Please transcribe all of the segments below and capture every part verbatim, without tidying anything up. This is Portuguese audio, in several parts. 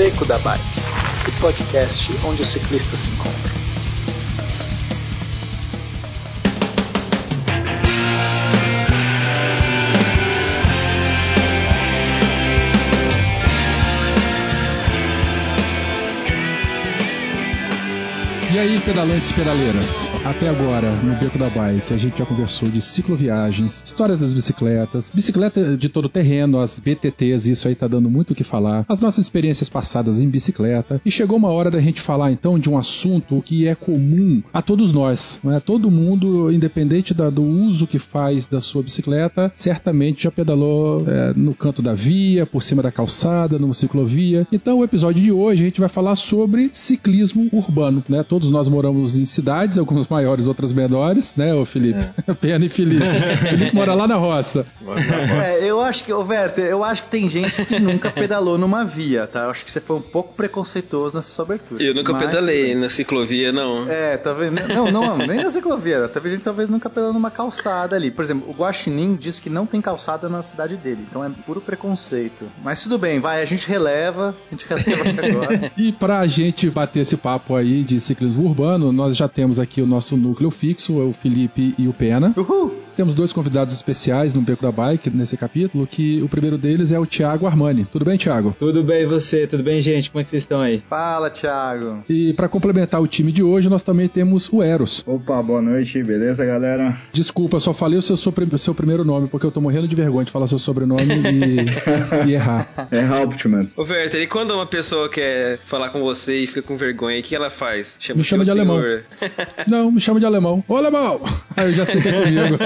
Beco da Bike, o podcast onde os ciclistas se encontram. E aí, pedalantes e pedaleiras, até agora, no Beco da Bike, a gente já conversou de cicloviagens, histórias das bicicletas, bicicleta de todo terreno, as B T Ts, isso aí tá dando muito o que falar, as nossas experiências passadas em bicicleta, e chegou uma hora da gente falar então de um assunto que é comum a todos nós, né? Todo mundo, independente da, do uso que faz da sua bicicleta, certamente já pedalou é, no canto da via, por cima da calçada, numa ciclovia. Então o episódio de hoje a gente vai falar sobre ciclismo urbano, né? Todos nós moramos em cidades, algumas maiores, outras menores, né, ô Felipe? É. Pena e Felipe. Felipe mora lá na roça. É, eu acho que, ô Werther, eu acho que tem gente que nunca pedalou numa via, tá? Eu acho que você foi um pouco preconceituoso nessa sua abertura. Eu nunca Mas, pedalei na ciclovia, não. É, talvez. Não, não, nem na ciclovia. Talvez a gente talvez nunca pedalou numa calçada ali. Por exemplo, o Guaxinim diz que não tem calçada na cidade dele, então é puro preconceito. Mas tudo bem, vai, a gente releva, a gente releva aqui agora. E pra gente bater esse papo aí de ciclismo urbano, nós já temos aqui o nosso núcleo fixo, o Felipe e o Pena. Uhul! Temos dois convidados especiais no Beco da Bike, nesse capítulo, que o primeiro deles é o Thiago Armani. Tudo bem, Thiago? Tudo bem, e você? Tudo bem, gente? Como é que vocês estão aí? Fala, Thiago! E para complementar o time de hoje, nós também temos o Eros. Opa, boa noite, beleza, galera? Desculpa, só falei o seu, seu primeiro nome, porque eu tô morrendo de vergonha de falar seu sobrenome e, e errar. É Hauptmann. Ô, Werther, e quando uma pessoa quer falar com você e fica com vergonha, o que ela faz? Chama me chama de senhor. Alemão. Não, me chama de alemão. Ô, alemão! Aí eu já sei que é comigo.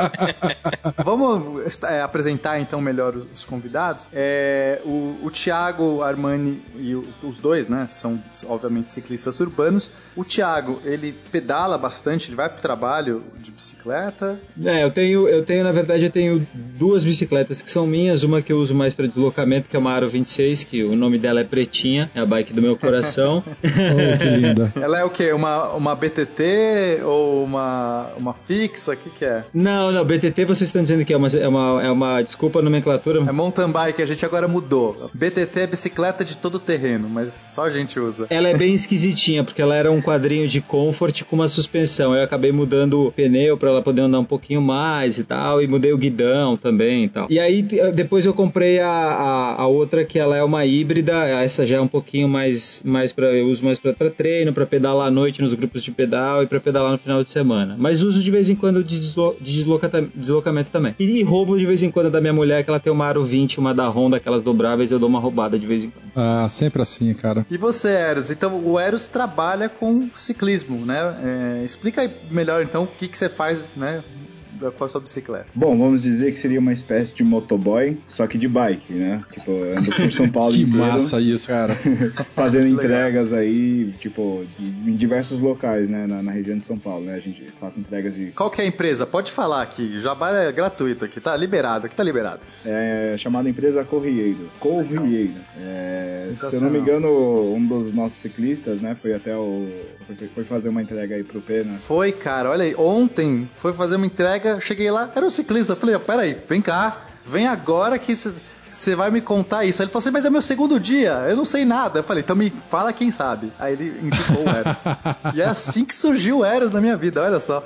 Vamos é, apresentar então melhor os, os convidados. É, o, o Thiago Armani e o, os dois, né, são obviamente ciclistas urbanos. O Thiago, ele pedala bastante, ele vai pro trabalho de bicicleta. É, eu tenho, eu tenho, na verdade, eu tenho duas bicicletas que são minhas, uma que eu uso mais para deslocamento, que é uma Aro vinte e seis, que o nome dela é Pretinha, é a bike do meu coração. Oh, que linda. Ela é o quê? Uma, uma B T T ou uma, uma fixa? O que que é? Não, não, B T T vocês estão dizendo que é uma, é uma, é uma desculpa a nomenclatura. É mountain bike, a gente agora mudou. B T T é bicicleta de todo terreno, mas só a gente usa. Ela é bem esquisitinha, porque ela era um quadrinho de comfort com uma suspensão. Eu acabei mudando o pneu pra ela poder andar um pouquinho mais e tal, e mudei o guidão também e tal. E aí depois eu comprei a, a, a outra, que ela é uma híbrida. Essa já é um pouquinho mais, mais pra, eu uso mais pra, pra treino, pra pedalar à noite nos grupos de pedal e pra pedalar no final de semana. Mas uso de vez em quando de, deslo, de desloca, deslocamento também. E, e roubo de vez em quando da minha mulher, que ela tem uma Aro vinte, uma da Honda, aquelas dobráveis, eu dou uma roubada de vez em quando. Ah, sempre assim, cara. E você, Eros? Então, o Eros trabalha com ciclismo, né? É, explica aí melhor, então, o que, que você faz, né? Com a sua bicicleta. Bom, vamos dizer que seria uma espécie de motoboy, só que de bike, né? Tipo, eu ando por São Paulo que inteiro. Que massa isso, cara. Fazendo entregas aí, tipo, em diversos locais, né? Na, na região de São Paulo, né? A gente faz entregas de... Qual que é a empresa? Pode falar aqui. Jabá é gratuito aqui, tá liberado. Aqui tá liberado. É chamada empresa Corrieiros. Corrieiros. É, se eu não me engano, um dos nossos ciclistas, né? Foi até o... Foi, foi fazer uma entrega aí pro Pena. Foi, cara. Olha aí. Ontem foi fazer uma entrega. Cheguei lá, era um ciclista. Eu falei, peraí, vem cá, vem agora que você vai me contar isso. Aí ele falou assim, mas é meu segundo dia, eu não sei nada. Eu falei, então me fala quem sabe. Aí ele indicou o Eros. E é assim que surgiu o Eros na minha vida, olha só.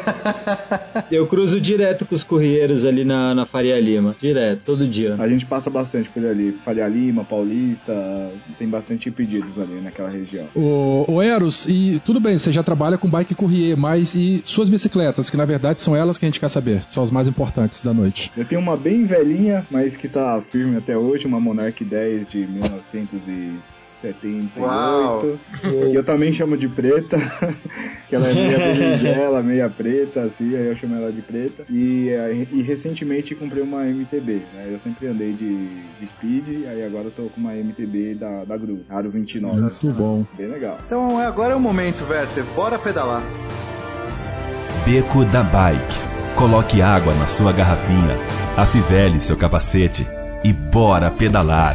Eu cruzo direto com os corrieiros ali na, na Faria Lima, direto, todo dia. A gente passa bastante por ali, Faria Lima, Paulista, tem bastante pedidos ali naquela região. O, o Eros, e tudo bem, você já trabalha com bike courrier, mas e suas bicicletas, que na verdade são elas que a gente quer saber, são as mais importantes da noite. Eu tenho uma bem velhinha, mas que tá firme até hoje, uma Monarch dez de mil novecentos e setenta e oito. E eu também chamo de preta, que ela é meia berinjela, meia preta, assim, aí eu chamo ela de preta. E, e recentemente comprei uma M T B, né? Eu sempre andei de, de speed, aí agora eu tô com uma M T B da, da Gru, Aro vinte e nove. Muito bom. Bem legal. Então agora é o momento, Werther, bora pedalar. Beco da Bike. Coloque água na sua garrafinha, afivele seu capacete e bora pedalar.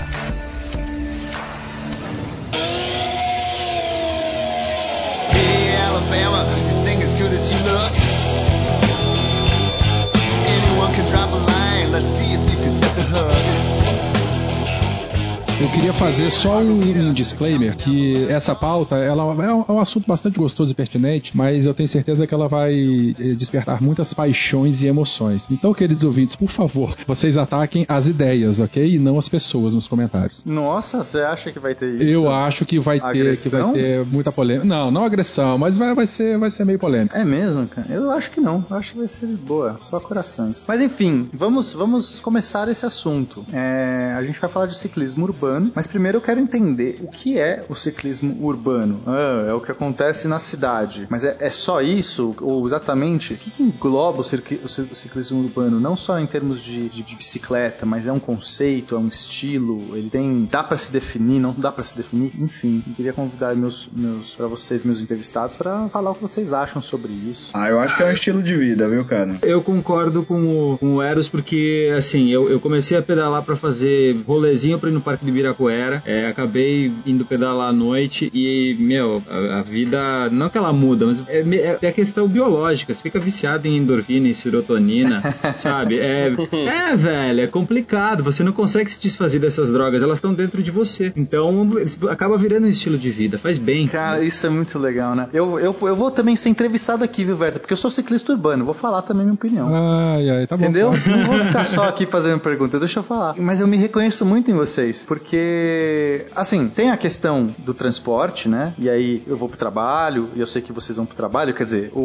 Eu queria fazer só um, um disclaimer, que essa pauta ela é um, é um assunto bastante gostoso e pertinente, mas eu tenho certeza que ela vai despertar muitas paixões e emoções. Então, queridos ouvintes, por favor, vocês ataquem as ideias, ok? E não as pessoas nos comentários. Nossa, você acha que vai ter isso? Eu acho que vai ter, que vai ter muita polêmica. Não, não agressão, mas vai, vai, ser, vai ser meio polêmico. É mesmo, cara? Eu acho que não. Eu acho que vai ser boa, só corações. Mas enfim, vamos, vamos começar esse assunto. É, a gente vai falar de ciclismo urbano, mas primeiro eu quero entender o que é o ciclismo urbano. Ah, é o que acontece na cidade. Mas é, é só isso? Ou exatamente? O que, que engloba o, cirqui, o ciclismo urbano? Não só em termos de, de, de bicicleta, mas é um conceito, é um estilo, ele tem... Dá pra se definir, não dá pra se definir? Enfim, eu queria convidar meus, meus, pra vocês, meus entrevistados, pra falar o que vocês acham sobre isso. Ah, eu acho que é um estilo de vida, viu, cara? Eu concordo com o, com o Eros, porque, assim, eu, eu comecei a pedalar pra fazer rolezinho pra ir no Parque de Ibirapuera, é, acabei indo pedalar à noite e, meu, a, a vida, não que ela muda, mas é, é, é a questão biológica, você fica viciado em endorfina e serotonina, sabe? É, é, velho, é complicado, você não consegue se desfazer dessas drogas, elas estão dentro de você, então acaba virando um estilo de vida, faz bem. Cara, isso é muito legal, né? Eu, eu, eu vou também ser entrevistado aqui, viu, Werther? Porque eu sou ciclista urbano, vou falar também minha opinião. Ai, ai, tá bom. Entendeu? Tá. Não vou ficar só aqui fazendo pergunta, deixa eu falar. Mas eu me reconheço muito em vocês, porque, assim, tem a questão do transporte, né? E aí eu vou pro trabalho, e eu sei que vocês vão pro trabalho, quer dizer, o,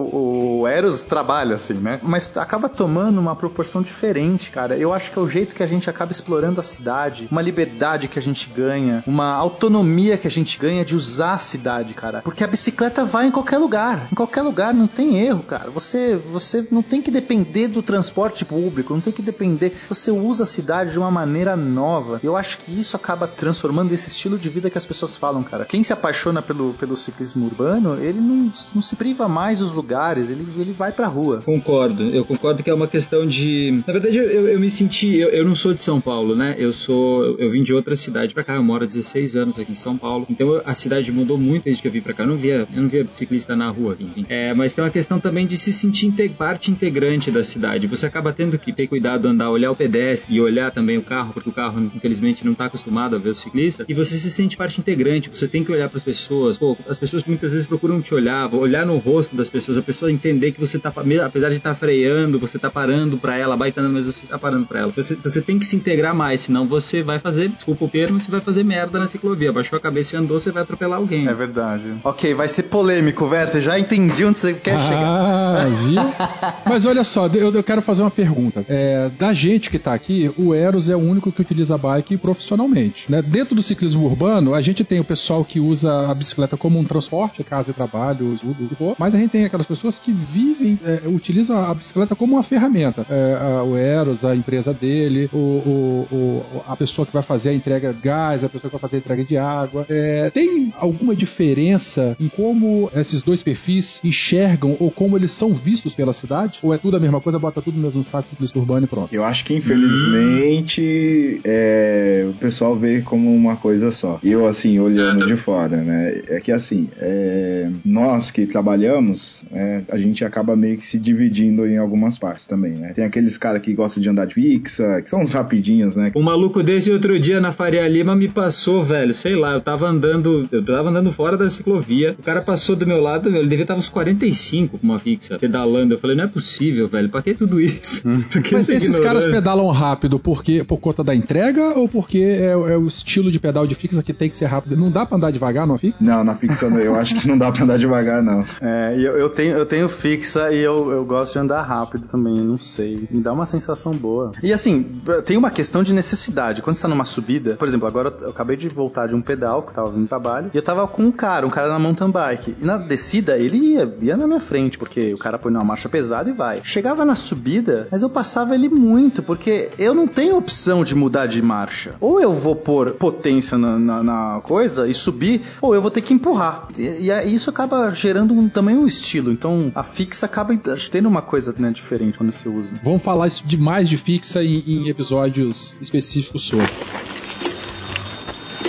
o, o Eros trabalha, assim, né? Mas acaba tomando uma proporção diferente, cara. Eu acho que é o jeito que a gente acaba explorando a cidade, uma liberdade que a gente ganha, uma autonomia que a gente ganha de usar a cidade, cara. Porque a bicicleta vai em qualquer lugar, em qualquer lugar, não tem erro, cara. Você, você não tem que depender do transporte público, não tem que depender, você usa a cidade de uma maneira nova. Eu acho que isso acaba transformando esse estilo de vida que as pessoas falam, cara. Quem se apaixona pelo, pelo ciclismo urbano, ele não, não se priva mais dos lugares, ele, ele vai pra rua. Concordo, eu concordo que é uma questão de... Na verdade, eu, eu me senti... Eu, eu não sou de São Paulo, né? Eu sou... Eu, eu vim de outra cidade pra cá, eu moro há dezesseis anos aqui em São Paulo, então a cidade mudou muito desde que eu vim pra cá. Eu não via, eu não via ciclista na rua, enfim. É, mas tem uma questão também de se sentir inte- parte integrante da cidade. Você acaba tendo que ter cuidado, andar, olhar o pedestre e olhar também o carro, porque o carro, infelizmente, não tá acostumado a ver o ciclista, e você se sente parte integrante, você tem que olhar pras pessoas. Pô, as pessoas muitas vezes procuram te olhar, olhar no rosto das pessoas, a pessoa entender que você tá, apesar de estar tá freando, você tá parando pra ela, baitando, mas você está parando pra ela. Você, você tem que se integrar mais, senão você vai fazer, desculpa o termo, você vai fazer merda na ciclovia. Baixou a cabeça e andou, você vai atropelar alguém. É verdade. Ok, vai ser polêmico, Werther, já entendi onde você quer ah, chegar. Ah, viu? Mas olha só, eu, eu quero fazer uma pergunta. É, da gente que tá aqui, o Eros é o único que utiliza a bike profissionalmente, né? Dentro do ciclismo urbano, a gente tem o pessoal que usa a bicicleta como um transporte, casa e trabalho, o que for, mas a gente tem aquelas pessoas que vivem, é, utilizam a bicicleta como uma ferramenta. É, a, o Eros, a empresa dele, o, o, o, a pessoa que vai fazer a entrega de gás, a pessoa que vai fazer a entrega de água. É, tem alguma diferença em como esses dois perfis enxergam ou como eles são vistos pela cidade? Ou é tudo a mesma coisa, bota tudo no mesmo saco, ciclista urbano e pronto? Eu acho que, infelizmente, é, o pessoal vê como uma coisa só. Eu, assim, olhando de fora, né? É que, assim, é, nós que trabalhamos, é, a gente acaba meio que se dividindo em algumas partes também, né? Tem aqueles caras que gostam de andar de fixa, que são uns rapidinhos, né? Um maluco desse outro dia na Faria Lima me passou, velho, sei lá, eu tava andando, eu tava andando fora da ciclovia, o cara passou do meu lado, ele devia estar uns quarenta e cinco com uma fixa, pedalando. Eu falei, não é possível, velho, pra que tudo isso? Mas esses caras pedalam rápido porque, por conta da entrega ou porque é, é o estilo de pedal de fixa que tem que ser rápido? Não dá pra andar devagar numa fixa? Não, na fixa eu acho que não dá pra andar devagar, não. É, eu, eu, tenho, eu tenho fixa e eu, eu gosto de andar rápido também, não sei. Me dá uma sensação boa. E assim, tem uma questão de necessidade. Quando você tá numa subida, por exemplo, agora eu acabei de voltar de um pedal, que eu tava vindo no trabalho, e eu tava com um cara, um cara na mountain bike. E na descida, ele ia, ia na minha frente, porque o cara põe numa marcha pesada e vai. Chegava na subida, mas eu passava ele muito, porque eu não tenho opção de mudar de marcha. Ou eu vou pôr potência na, na, na coisa e subir, ou eu vou ter que empurrar. E, e isso acaba gerando um, também um estilo. Então, a fixa acaba tendo uma coisa, né, diferente quando você usa. Vamos falar isso de mais de fixa em, em episódios específicos sobre.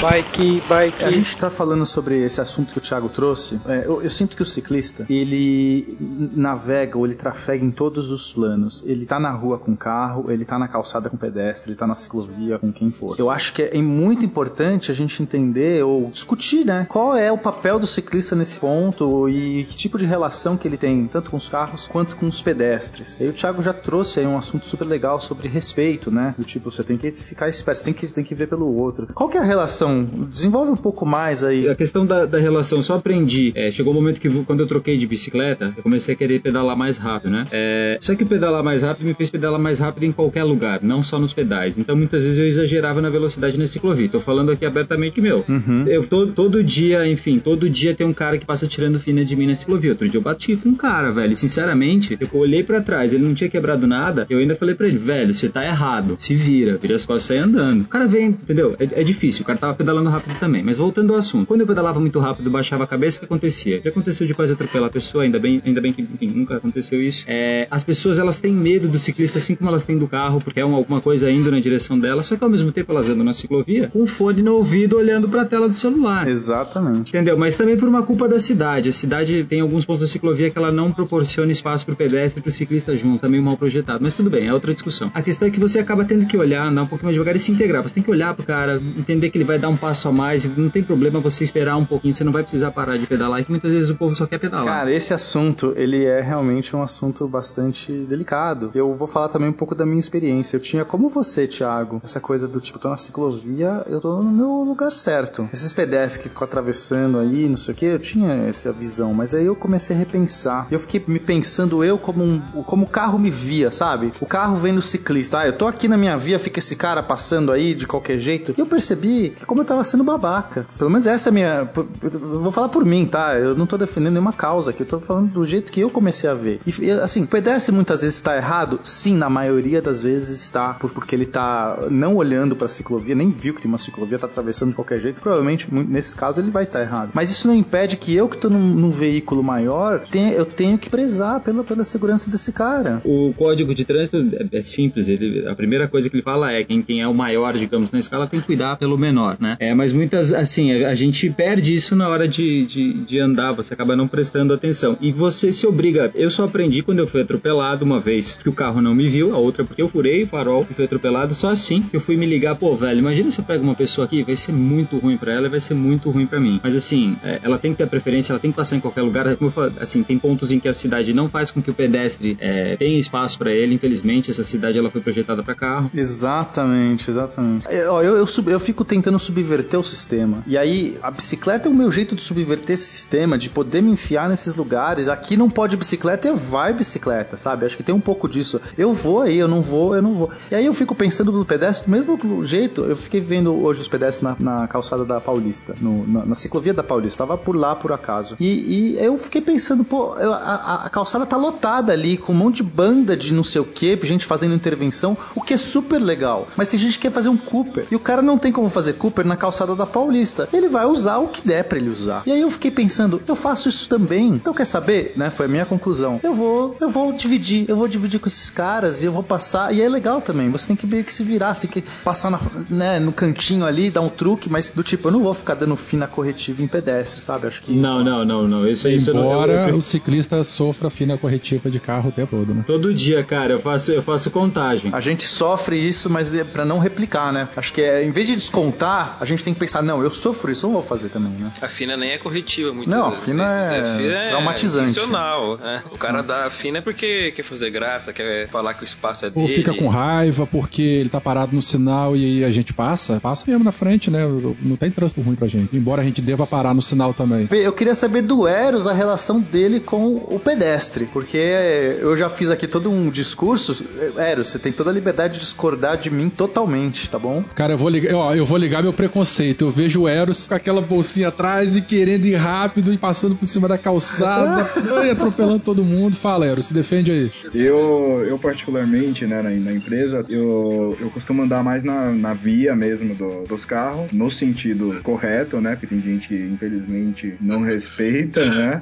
Bike, bike. A gente tá falando sobre esse assunto que o Thiago trouxe. É, eu, eu sinto que o ciclista, ele navega ou ele trafega em todos os planos. Ele tá na rua com carro, ele tá na calçada com pedestre, ele tá na ciclovia com quem for. Eu acho que é muito importante a gente entender ou discutir, né? Qual é o papel do ciclista nesse ponto e que tipo de relação que ele tem, tanto com os carros quanto com os pedestres. E aí o Thiago já trouxe aí um assunto super legal sobre respeito, né? Do tipo, você tem que ficar esperto, você tem que, tem que ver pelo outro. Qual que é a relação? Desenvolve um pouco mais aí. A questão da, da relação, só aprendi. É, chegou um momento que quando eu troquei de bicicleta, eu comecei a querer pedalar mais rápido, né? É, só que o pedalar mais rápido me fez pedalar mais rápido em qualquer lugar, não só nos pedais. Então muitas vezes eu exagerava na velocidade na ciclovia. Tô falando aqui abertamente que, meu, uhum. eu todo, todo dia, enfim, todo dia tem um cara que passa tirando fina de mim na ciclovia. Outro dia eu bati com um cara, velho. Sinceramente, eu olhei pra trás, ele não tinha quebrado nada, eu ainda falei pra ele, velho, você tá errado, se vira, vira as costas e sai andando. O cara vem, entendeu? É, é difícil, o cara tava pedalando rápido também. Mas voltando ao assunto, quando eu pedalava muito rápido, baixava a cabeça, o que acontecia? Já aconteceu de quase atropelar a pessoa, ainda bem, ainda bem que, enfim, nunca aconteceu isso. É, as pessoas, elas têm medo do ciclista, assim como elas têm do carro, porque é uma, alguma coisa indo na direção dela, só que ao mesmo tempo elas andam na ciclovia com o fone no ouvido, olhando pra tela do celular. Exatamente. Entendeu? Mas também por uma culpa da cidade. A cidade tem alguns pontos da ciclovia que ela não proporciona espaço pro pedestre e pro ciclista junto, tá meio mal projetado. Mas tudo bem, é outra discussão. A questão é que você acaba tendo que olhar, andar um pouquinho mais devagar e se integrar. Você tem que olhar pro cara, entender que ele vai dar um passo a mais, não tem problema você esperar um pouquinho, você não vai precisar parar de pedalar, e que muitas vezes o povo só quer pedalar. Cara, esse assunto, ele é realmente um assunto bastante delicado. Eu vou falar também um pouco da minha experiência. Eu tinha, como você, Thiago, essa coisa do tipo, tô na ciclovia, eu tô no meu lugar certo. Esses pedestres que ficam atravessando aí, não sei o que, eu tinha essa visão, mas aí eu comecei a repensar. Eu fiquei me pensando eu como um, como o carro me via, sabe? O carro vendo o ciclista. Ah, eu tô aqui na minha via, fica esse cara passando aí de qualquer jeito. E eu percebi que como eu tava sendo babaca. Pelo menos essa é a minha... Eu vou falar por mim, tá? Eu não tô defendendo nenhuma causa aqui, eu tô falando do jeito que eu comecei a ver. E assim, o pedestre muitas vezes está errado? Sim, na maioria das vezes está, porque ele tá não olhando pra ciclovia, nem viu que tem uma ciclovia, tá atravessando de qualquer jeito. Provavelmente, nesses casos, ele vai estar errado. Mas isso não impede que eu que tô num, num veículo maior, tenha, eu tenho que prezar pela, pela segurança desse cara. O código de trânsito é, é simples, ele, a primeira coisa que ele fala é quem, quem é o maior, digamos, na escala tem que cuidar pelo menor, né? É, mas muitas, assim, a, a gente perde isso na hora de, de, de andar, você acaba não prestando atenção. E você se obriga, eu só aprendi quando eu fui atropelado uma vez, que o carro não me viu, a outra porque eu furei o farol e fui atropelado, só assim que eu fui me ligar, pô, velho, imagina se eu pego uma pessoa aqui, vai ser muito ruim pra ela e vai ser muito ruim pra mim. Mas assim, é, ela tem que ter preferência, ela tem que passar em qualquer lugar, como eu falo, assim, tem pontos em que a cidade não faz com que o pedestre é, tenha espaço pra ele, infelizmente, essa cidade ela foi projetada pra carro. Exatamente, exatamente. Eu, eu, eu, sub, eu fico tentando subverter o sistema, e aí a bicicleta é o meu jeito de subverter esse sistema, de poder me enfiar nesses lugares. Aqui não pode bicicleta, eu vai bicicleta, sabe? Acho que tem um pouco disso. Eu vou aí, eu não vou, eu não vou. E aí eu fico pensando no pedestre, do mesmo jeito, eu fiquei vendo hoje os pedestres na, na calçada da Paulista, no, na, na ciclovia da Paulista, tava por lá por acaso. E, e eu fiquei pensando, pô, eu, a, a calçada tá lotada ali, com um monte de banda de não sei o que, gente fazendo intervenção, o que é super legal. Mas tem gente que quer fazer um Cooper, e o cara não tem como fazer Cooper na calçada da Paulista. Ele vai usar o que der pra ele usar. E aí eu fiquei pensando, eu faço isso também. Então quer saber, né? Foi a minha conclusão. Eu vou, eu vou dividir, eu vou dividir com esses caras e eu vou passar. E é legal também. Você tem que meio que se virar, você tem que passar na, né, no cantinho ali, dar um truque, mas do tipo, eu não vou ficar dando fina corretiva em pedestre, sabe? Acho que não, não, não, não. Isso, isso Embora não, eu, eu... o ciclista sofra fina corretiva de carro o tempo todo, né? Todo dia, cara, eu faço, eu faço contagem. A gente sofre isso, mas é pra não replicar, né? Acho que é, em vez de descontar, a gente tem que pensar, não, eu sofro isso, eu não vou fazer também, né? A fina nem é corretiva, muito Não, a fina é, a fina é traumatizante. Intencional, né? O cara dá a fina é porque quer fazer graça, quer falar que o espaço é dele. Ou fica com raiva porque ele tá parado no sinal e aí a gente passa, passa mesmo na frente, né? Não tem trânsito ruim pra gente, embora a gente deva parar no sinal também. Eu queria saber do Eros a relação dele com o pedestre, porque eu já fiz aqui todo um discurso. Eros, você tem toda a liberdade de discordar de mim totalmente, tá bom? Cara, eu vou ligar, ó, eu vou ligar meu preconceito. Eu vejo o Eros com aquela bolsinha atrás e querendo ir rápido e passando por cima da calçada e atropelando todo mundo. Fala, Eros, se defende aí. Eu, eu particularmente, né, na, na empresa, eu, eu costumo andar mais na, na via mesmo do, dos carros, no sentido correto, né, porque tem gente que infelizmente não respeita, né,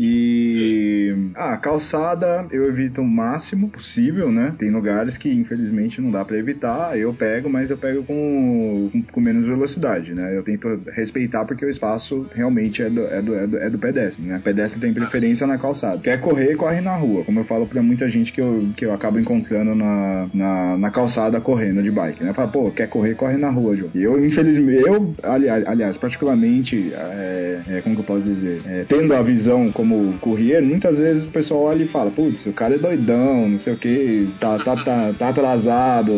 e a ah, calçada eu evito o máximo possível, né, tem lugares que infelizmente não dá pra evitar, eu pego, mas eu pego com, com, com menos velocidade velocidade, né? Eu tento respeitar porque o espaço realmente é do, é do, é do, é do pedestre, né? O pedestre tem preferência na calçada. Quer correr, corre na rua, como eu falo pra muita gente que eu, que eu acabo encontrando na, na, na calçada correndo de bike, né? Fala, pô, quer correr, corre na rua, João. E eu, infelizmente, eu, aliás, aliás particularmente, é, é, como que eu posso dizer? É, tendo a visão como courier, muitas vezes o pessoal olha e fala, putz, o cara é doidão, não sei o que, tá, tá, tá, tá atrasado,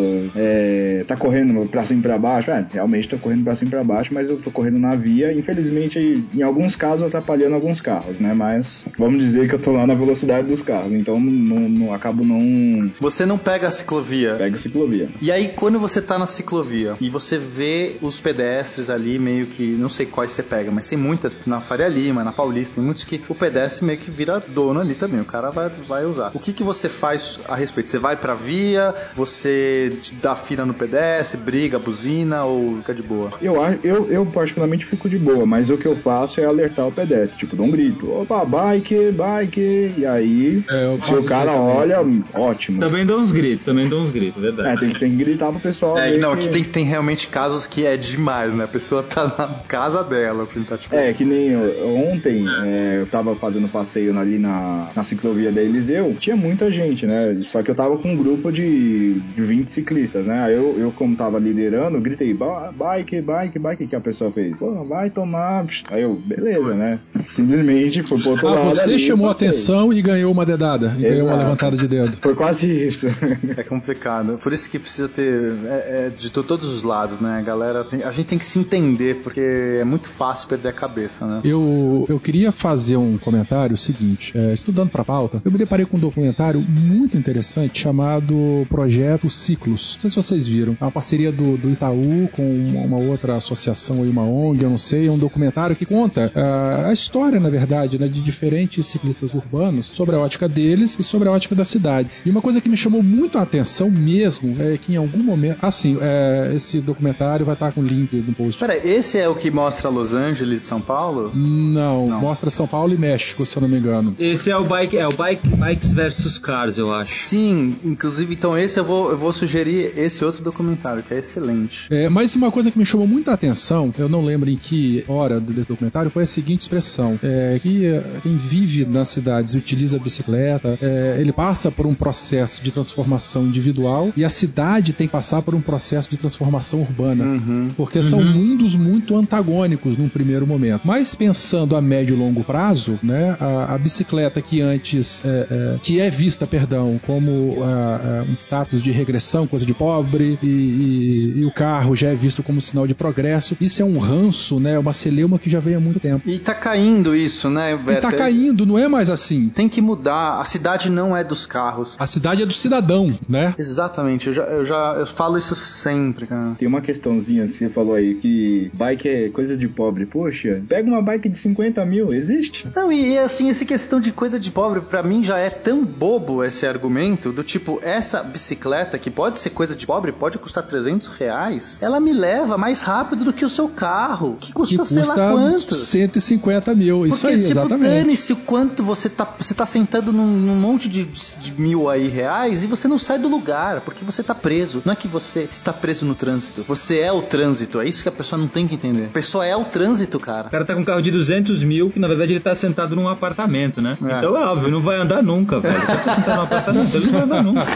é, tá correndo pra cima e pra baixo. É, realmente tô correndo pra cima e pra baixo, mas eu tô correndo na via, infelizmente, em alguns casos, atrapalhando alguns carros, né? Mas vamos dizer que eu tô lá na velocidade dos carros, então não, não acabo não... Você não pega a ciclovia. Pega a ciclovia. E aí, quando você tá na ciclovia e você vê os pedestres ali, meio que, não sei quais você pega, mas tem muitas, na Faria Lima, na Paulista, tem muitos que o pedestre meio que vira dono ali também, o cara vai, vai usar. O que que você faz a respeito? Você vai pra via, você dá fila no pedestre, briga, buzina ou fica de boa? Eu, eu, eu particularmente fico de boa, mas o que eu faço é alertar o pedestre, tipo, dou um grito, opa, bike, bike, e aí, é, se o cara olha, ótimo. Também dou uns gritos, também dou uns gritos, verdade. É, tem, tem que gritar pro pessoal. É, não, que... que tem, tem realmente casos que é demais, né? A pessoa tá na casa dela, assim, tá tipo... É, que nem ontem, é, eu tava fazendo passeio ali na, na ciclovia da Eliseu, tinha muita gente, né? Só que eu tava com um grupo de, de vinte ciclistas, né? Aí eu, eu, como tava liderando, gritei, bike, bike, bike, que a pessoa fez. Pô, vai tomar... Aí eu, beleza, né? Simplesmente foi pro outro ah, lado. Você ali, chamou a atenção e ganhou uma dedada, e Exato. ganhou uma levantada de dedo. Foi quase isso. É complicado. Por isso que precisa ter é, é, de todos os lados, né? A galera, tem, a gente tem que se entender, porque é muito fácil perder a cabeça, né? Eu, eu queria fazer um comentário seguinte, é, estudando pra pauta, eu me deparei com um documentário muito interessante chamado Projeto Ciclos. Não sei se vocês viram. É uma parceria do, do Itaú com uma outra associação, uma O N G, eu não sei. É um documentário que conta uh, a história, na verdade, né, de diferentes ciclistas urbanos, sobre a ótica deles e sobre a ótica das cidades. E uma coisa que me chamou muito a atenção mesmo é que em algum momento... Assim, é, esse documentário vai estar com o link no post. Peraí, esse é o que mostra Los Angeles e São Paulo? Não, não, mostra São Paulo e México, se eu não me engano. Esse é o Bike, é o Bike, Bikes versus Cars, eu acho. Sim, inclusive, então esse eu vou, eu vou sugerir esse outro documentário, que é excelente. É, mas uma coisa que me chamou muita atenção, eu não lembro em que hora desse documentário, foi a seguinte expressão, é, que quem vive nas cidades e utiliza a bicicleta, é, ele passa por um processo de transformação individual e a cidade tem que passar por um processo de transformação urbana, uhum. porque uhum. são mundos muito antagônicos num primeiro momento. Mas pensando a médio e longo prazo, né, a, a bicicleta que antes, é, é, que é vista, perdão, como a, a, um status de regressão, coisa de pobre, e, e, e o carro já é visto como sinal de progresso, isso é um ranço, né, uma celeuma que já vem há muito tempo. E tá caindo isso, né, Werther? E tá caindo, não é mais assim. Tem que mudar, a cidade não é dos carros. A cidade é do cidadão, né? Exatamente, eu já, eu já eu falo isso sempre, cara. Tem uma questãozinha que você falou aí, que bike é coisa de pobre. Poxa, pega uma bike de cinquenta mil, existe? Não, e assim, essa questão de coisa de pobre, pra mim já é tão bobo esse argumento, do tipo, essa bicicleta, que pode ser coisa de pobre, pode custar trezentos reais, ela me leva mais rápido do que o seu carro, que custa, que custa sei lá quanto. cento e cinquenta mil, porque, isso aí, tipo, exatamente. Dane-se o quanto você tá, você tá sentado num, num monte de, de mil aí reais e você não sai do lugar, porque você tá preso. Não é que você está preso no trânsito, você é o trânsito, é isso que a pessoa não tem que entender. A pessoa é o trânsito, cara. O cara tá com um carro de duzentos mil, que na verdade ele tá sentado num apartamento, né? É. Então é óbvio, não vai andar nunca, velho. O cara tá sentado num apartamento, ele não vai andar nunca.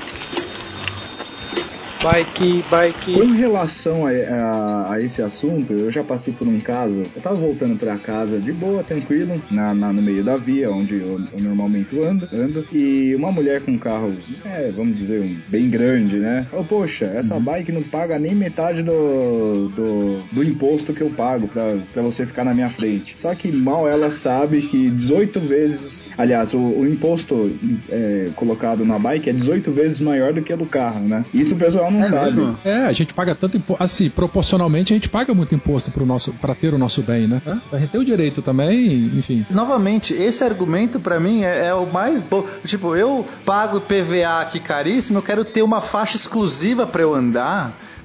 Bike, bike. Com relação a, a, a esse assunto, eu já passei por um caso. Eu tava voltando pra casa de boa, tranquilo, na, na, no meio da via, onde eu, eu normalmente ando, ando. E uma mulher com um carro, é, vamos dizer, um, bem grande, né? Falou, poxa, essa uhum. bike não paga nem metade do, do, do imposto que eu pago pra, pra você ficar na minha frente. Só que mal ela sabe que dezoito vezes... Aliás, o, o imposto é, colocado na bike é dezoito vezes maior do que o do carro, né? Isso o pessoal não é sabe. Mesmo? É, a gente paga tanto imposto, assim, proporcionalmente a gente paga muito imposto pro nosso, pra ter o nosso bem, né? É? A gente tem o direito também, enfim. Novamente, esse argumento pra mim é, é o mais bom. Tipo, eu pago P V A aqui caríssimo, eu quero ter uma faixa exclusiva pra eu andar.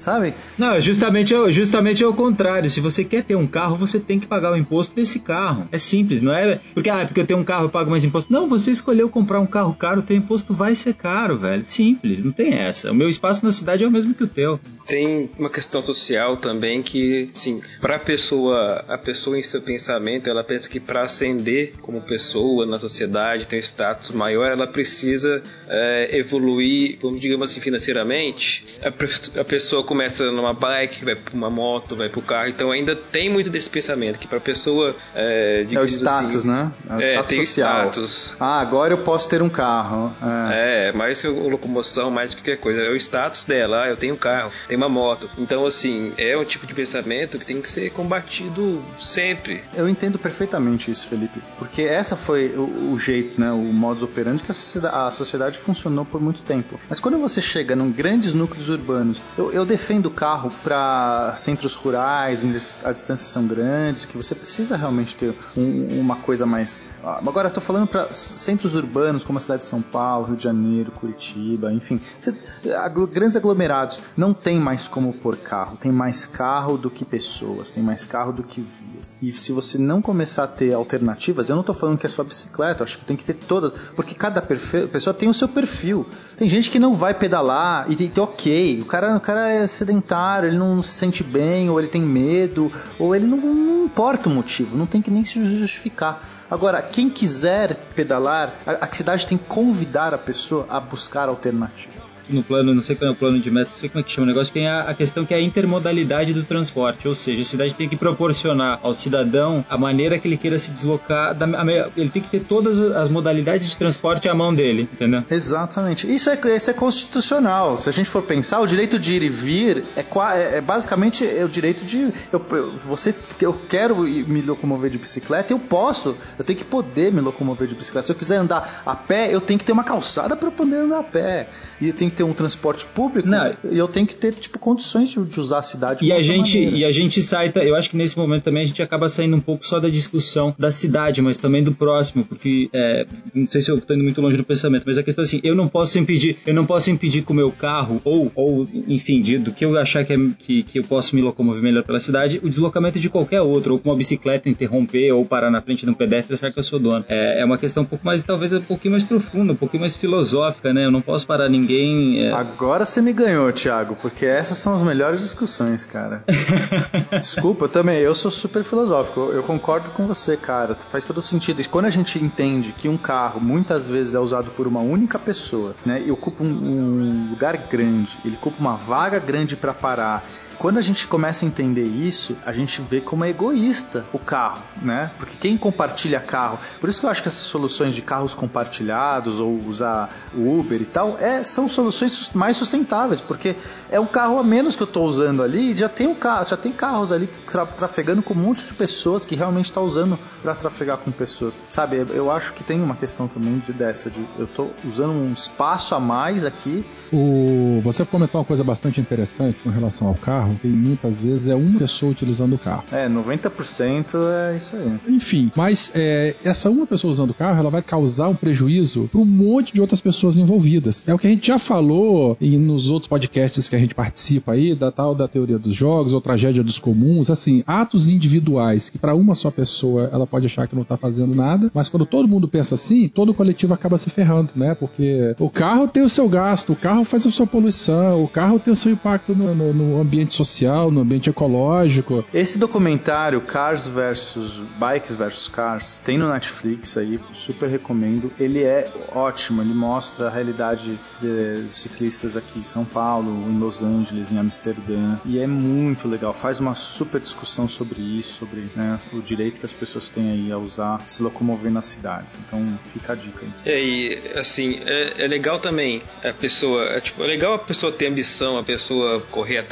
sabe? Não, justamente, justamente é o contrário. Se você quer ter um carro, você tem que pagar o imposto desse carro. É simples, não é? Porque, ah, porque eu tenho um carro, eu pago mais imposto. Não, você escolheu comprar um carro caro, o teu imposto vai ser caro, velho. Simples, não tem essa. O meu espaço na cidade é o mesmo que o teu. Tem uma questão social também que, sim, pra pessoa, a pessoa em seu pensamento, ela pensa que pra ascender como pessoa na sociedade, ter um status maior, ela precisa é, evoluir, digamos assim, financeiramente. A, a pessoa começa numa bike, vai pra uma moto, vai pro carro, então ainda tem muito desse pensamento que pra pessoa é, é o status, assim, né? É o é, status tem social. Status. Ah, agora eu posso ter um carro. É, é mais que a locomoção, mais do que qualquer coisa. É o status dela. Ah, eu tenho um carro, tenho uma moto. Então, assim, é um tipo de pensamento que tem que ser combatido sempre. Eu entendo perfeitamente isso, Felipe. Porque essa foi o, o jeito, né? O modus operandi que a sociedade, a sociedade funcionou por muito tempo. Mas quando você chega em grandes núcleos urbanos, eu, eu defendo o carro para centros rurais, as distâncias são grandes, que você precisa realmente ter um, uma coisa mais... Agora, eu tô falando para centros urbanos, como a cidade de São Paulo, Rio de Janeiro, Curitiba, enfim. Você, grandes aglomerados, não tem mais como pôr carro. Tem mais carro do que pessoas, tem mais carro do que vias. E se você não começar a ter alternativas, eu não tô falando que é só bicicleta, eu acho que tem que ter todas, porque cada perfil, pessoa tem o seu perfil. Tem gente que não vai pedalar e tem, tem ok, o cara, o cara é sedentário, ele não se sente bem, ou ele tem medo, ou ele não, não importa o motivo, não tem que nem se justificar. Agora, quem quiser pedalar, a, a cidade tem que convidar a pessoa a buscar alternativas. No plano, não sei qual é o plano de meta, não sei como é que chama o negócio, tem a, a questão que é a intermodalidade do transporte, ou seja, a cidade tem que proporcionar ao cidadão a maneira que ele queira se deslocar, da, a, ele tem que ter todas as modalidades de transporte à mão dele, entendeu? Exatamente. Isso é, isso é constitucional. Se a gente for pensar, o direito de ir e vir é, é, é basicamente é o direito de... Eu, eu, você, eu quero me locomover de bicicleta, eu posso... Eu tenho que poder me locomover de bicicleta. Se eu quiser andar a pé, eu tenho que ter uma calçada para poder andar a pé. E eu tenho que ter um transporte público. Não. E eu tenho que ter tipo condições de, de usar a cidade. E a gente maneira. E a gente sai. Eu acho que nesse momento também a gente acaba saindo um pouco só da discussão da cidade, mas também do próximo, porque é, não sei se eu estou indo muito longe do pensamento, mas a questão é assim: eu não posso impedir, eu não posso impedir com o meu carro ou, ou enfim, de, do que eu achar que, é, que, que eu posso me locomover melhor pela cidade, o deslocamento de qualquer outro, ou com uma bicicleta interromper ou parar na frente de um pedestre achar que eu sou dono. É, é uma questão um pouco mais, talvez um pouquinho mais profunda, um pouquinho mais filosófica, né? Eu não posso parar ninguém... É... Agora você me ganhou, Thiago, porque essas são as melhores discussões, cara. Desculpa, eu também, eu sou super filosófico, eu concordo com você, cara, faz todo sentido. E quando a gente entende que um carro muitas vezes é usado por uma única pessoa, né, e ocupa um, um lugar grande, ele ocupa uma vaga grande para parar. Quando a gente começa a entender isso, a gente vê como é egoísta o carro, né? Porque quem compartilha carro... Por isso que eu acho que essas soluções de carros compartilhados ou usar o Uber e tal, é, são soluções mais sustentáveis, porque é um carro a menos que eu estou usando ali e já tem, um carro, já tem carros ali tra- trafegando com um monte de pessoas que realmente estão usando para trafegar com pessoas. Sabe, eu acho que tem uma questão também de, dessa, de eu estou usando um espaço a mais aqui. O... Você comentou uma coisa bastante interessante com relação ao carro, que muitas vezes é uma pessoa utilizando o carro. É, noventa por cento é isso aí. Enfim, mas é, essa uma pessoa usando o carro, ela vai causar um prejuízo para um monte de outras pessoas envolvidas. É o que a gente já falou e nos outros podcasts que a gente participa aí, da tal da teoria dos jogos ou tragédia dos comuns, assim, atos individuais que para uma só pessoa ela pode achar que não tá fazendo nada, mas quando todo mundo pensa assim, todo o coletivo acaba se ferrando, né? Porque o carro tem o seu gasto, o carro faz a sua poluição, o carro tem o seu impacto no, no, no ambiente social, no ambiente ecológico. Esse documentário, Cars versus Bikes versus Cars, tem no Netflix aí, super recomendo. Ele é ótimo, ele mostra a realidade de ciclistas aqui em São Paulo, em Los Angeles, em Amsterdã, e é muito legal. Faz uma super discussão sobre isso, sobre, né, o direito que as pessoas têm aí a usar, se locomover nas cidades. Então fica a dica aí. É, e assim, é, é legal também a pessoa, é, tipo, é legal a pessoa ter ambição, a pessoa correr atrás do que ela quer,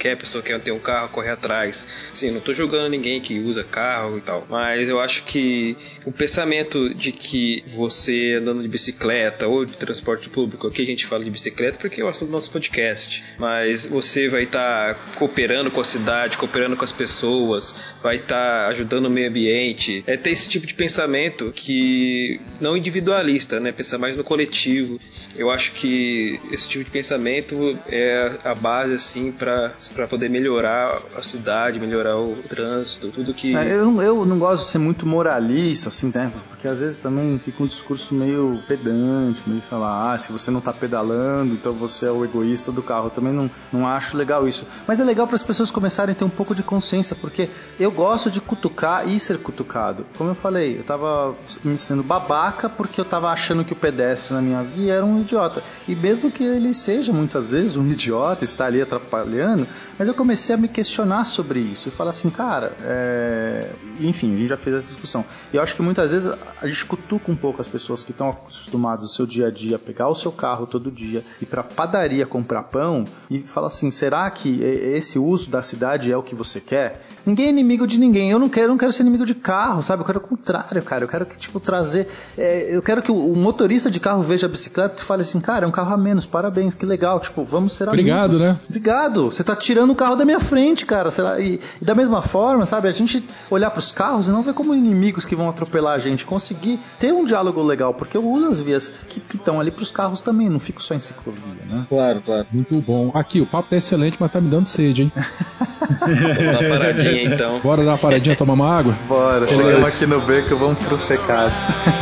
quer, a pessoa quer ter um carro, correr atrás. Sim, não tô julgando ninguém que usa carro e tal, mas eu acho que o pensamento de que você andando de bicicleta ou de transporte público, aqui a gente fala de bicicleta porque é o assunto do nosso podcast, mas você vai estar tá cooperando com a cidade, cooperando com as pessoas, vai estar tá ajudando o meio ambiente, é ter esse tipo de pensamento que não individualista, né? Pensar mais no coletivo. Eu acho que esse tipo de pensamento é a base assim para para poder melhorar a cidade, melhorar o trânsito, tudo que... É, eu, eu não gosto de ser muito moralista, assim, né? Porque às vezes também fica um discurso meio pedante, meio falar, ah, se você não tá pedalando, então você é o egoísta do carro. Eu também não, não acho legal isso. Mas é legal para as pessoas começarem a ter um pouco de consciência, porque eu gosto de cutucar e ser cutucado. Como eu falei, eu tava me sendo babaca porque eu tava achando que o pedestre na minha via era um idiota. E mesmo que ele seja muitas vezes um idiota, está ali atrapalhando, mas eu comecei a me questionar sobre isso e falar assim, cara, é... enfim, a gente já fez essa discussão. E eu acho que muitas vezes a gente cutuca um pouco as pessoas que estão acostumadas no seu dia a dia a pegar o seu carro todo dia e ir pra padaria comprar pão e fala assim, será que esse uso da cidade é o que você quer? Ninguém é inimigo de ninguém. Eu não quero, eu não quero ser inimigo de carro, sabe? Eu quero o contrário, cara. Eu quero que, tipo, trazer... É, eu quero que o, o motorista de carro veja a bicicleta e fale assim, cara, é um carro a menos, parabéns, que legal. Tipo, vamos ser amigos. Obrigado, né? Obrigado. Você tá tirando o carro da minha frente, cara. Será? E, e da mesma forma, sabe? A gente olhar pros carros e não ver como inimigos que vão atropelar a gente. Conseguir ter um diálogo legal, porque eu uso as vias que estão ali pros carros também. Não fico só em ciclovia, né? Claro, claro. Muito bom. Aqui, o papo tá excelente, mas tá me dando sede, hein? Vamos dar uma paradinha, então. Bora dar uma paradinha, tomar uma água? Bora. Chegamos aqui no beco, vamos pros recados.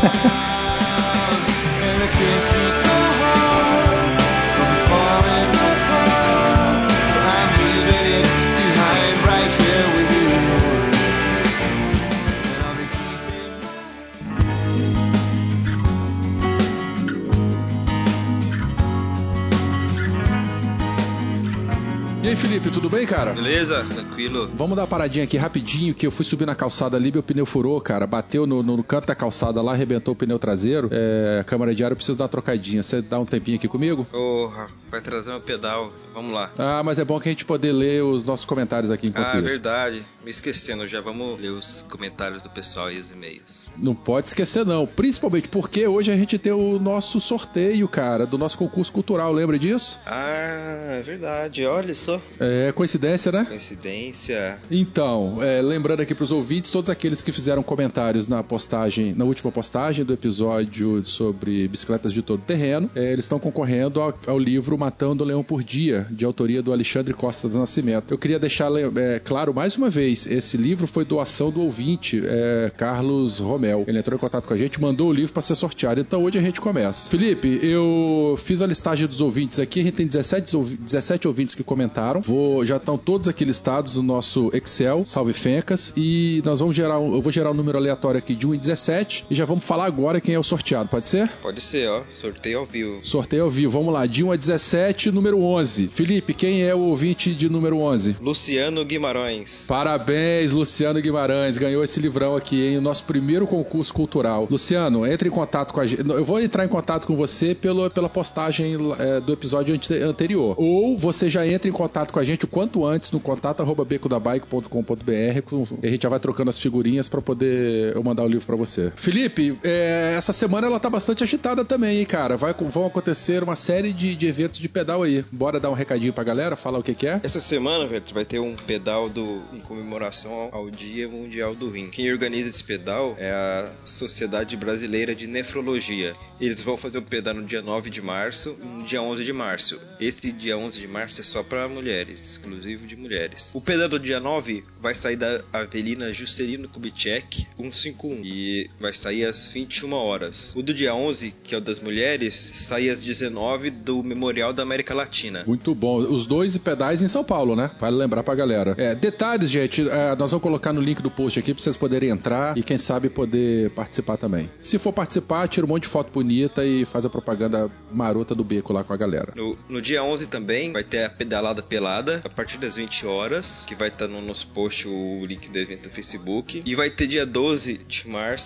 E aí, Felipe, tudo bem, cara? Beleza, tranquilo. Vamos dar uma paradinha aqui rapidinho, que eu fui subir na calçada ali, meu pneu furou, cara, bateu no, no, no canto da calçada lá, arrebentou o pneu traseiro, é, câmara de ar, eu preciso dar uma trocadinha. Você dá um tempinho aqui comigo? Porra, vai trazer um pedal, vamos lá. Ah, mas é bom que a gente poder ler os nossos comentários aqui enquanto ah, isso. Ah, verdade, me esquecendo, já vamos ler os comentários do pessoal e os e-mails. Não pode esquecer não, principalmente porque hoje a gente tem o nosso sorteio, cara, do nosso concurso cultural, lembra disso? Ah, é verdade, olha só. É coincidência, né? Coincidência. Então, é, lembrando aqui para os ouvintes, todos aqueles que fizeram comentários na postagem, na última postagem do episódio sobre bicicletas de todo terreno, é, eles estão concorrendo ao, ao livro Matando o Leão por Dia, de autoria do Alexandre Costa do Nascimento. Eu queria deixar é, claro mais uma vez, esse livro foi doação do ouvinte, é, Carlos Romel. Ele entrou em contato com a gente, mandou o livro para ser sorteado. Então hoje a gente começa. Felipe, eu fiz a listagem dos ouvintes aqui, a gente tem dezessete, dezessete ouvintes que comentaram. Vou, já estão todos aqui listados no nosso Excel, salve Fencas, e nós vamos gerar, um, eu vou gerar um número aleatório aqui de um em dezessete e já vamos falar agora quem é o sorteado, pode ser? Pode ser, ó, sorteio ao vivo. Sorteio ao vivo, vamos lá, de um a dezessete, número onze. Felipe, quem é o ouvinte de número onze? Luciano Guimarães. Parabéns, Luciano Guimarães, ganhou esse livrão aqui, hein, o nosso primeiro concurso cultural. Luciano, entre em contato com a gente, eu vou entrar em contato com você pelo, pela postagem é, do episódio anterior, ou você já entra em contato com a gente o quanto antes no contato arroba beco da bike ponto com ponto b r, a gente já vai trocando as figurinhas pra poder eu mandar o livro pra você. Felipe, é, essa semana ela tá bastante agitada também, hein, cara, vai, vão acontecer uma série de, de eventos de pedal aí, bora dar um recadinho pra galera, falar o que que é? Essa semana, velho, vai ter um pedal do, em comemoração ao, ao Dia Mundial do Rim. Quem organiza esse pedal é a Sociedade Brasileira de Nefrologia. Eles vão fazer o pedal no dia nove de março e no dia onze de março. Esse dia onze de março é só pra mulheres, exclusivo de mulheres. O pedal do dia nove vai sair da Avenida Juscelino Kubitschek cento e cinquenta e um e vai sair às vinte e uma horas. O do dia onze, que é o das mulheres, sai às dezenove do Memorial da América Latina. Muito bom. Os dois pedais em São Paulo, né? Vale lembrar pra galera. É, detalhes, gente, é, nós vamos colocar no link do post aqui pra vocês poderem entrar e quem sabe poder participar também. Se for participar, tira um monte de foto bonita e faz a propaganda marota do beco lá com a galera. No, no dia onze também vai ter a pedalada pelada a partir das vinte horas, que vai estar no nosso post o link do evento do Facebook. E vai ter dia doze de março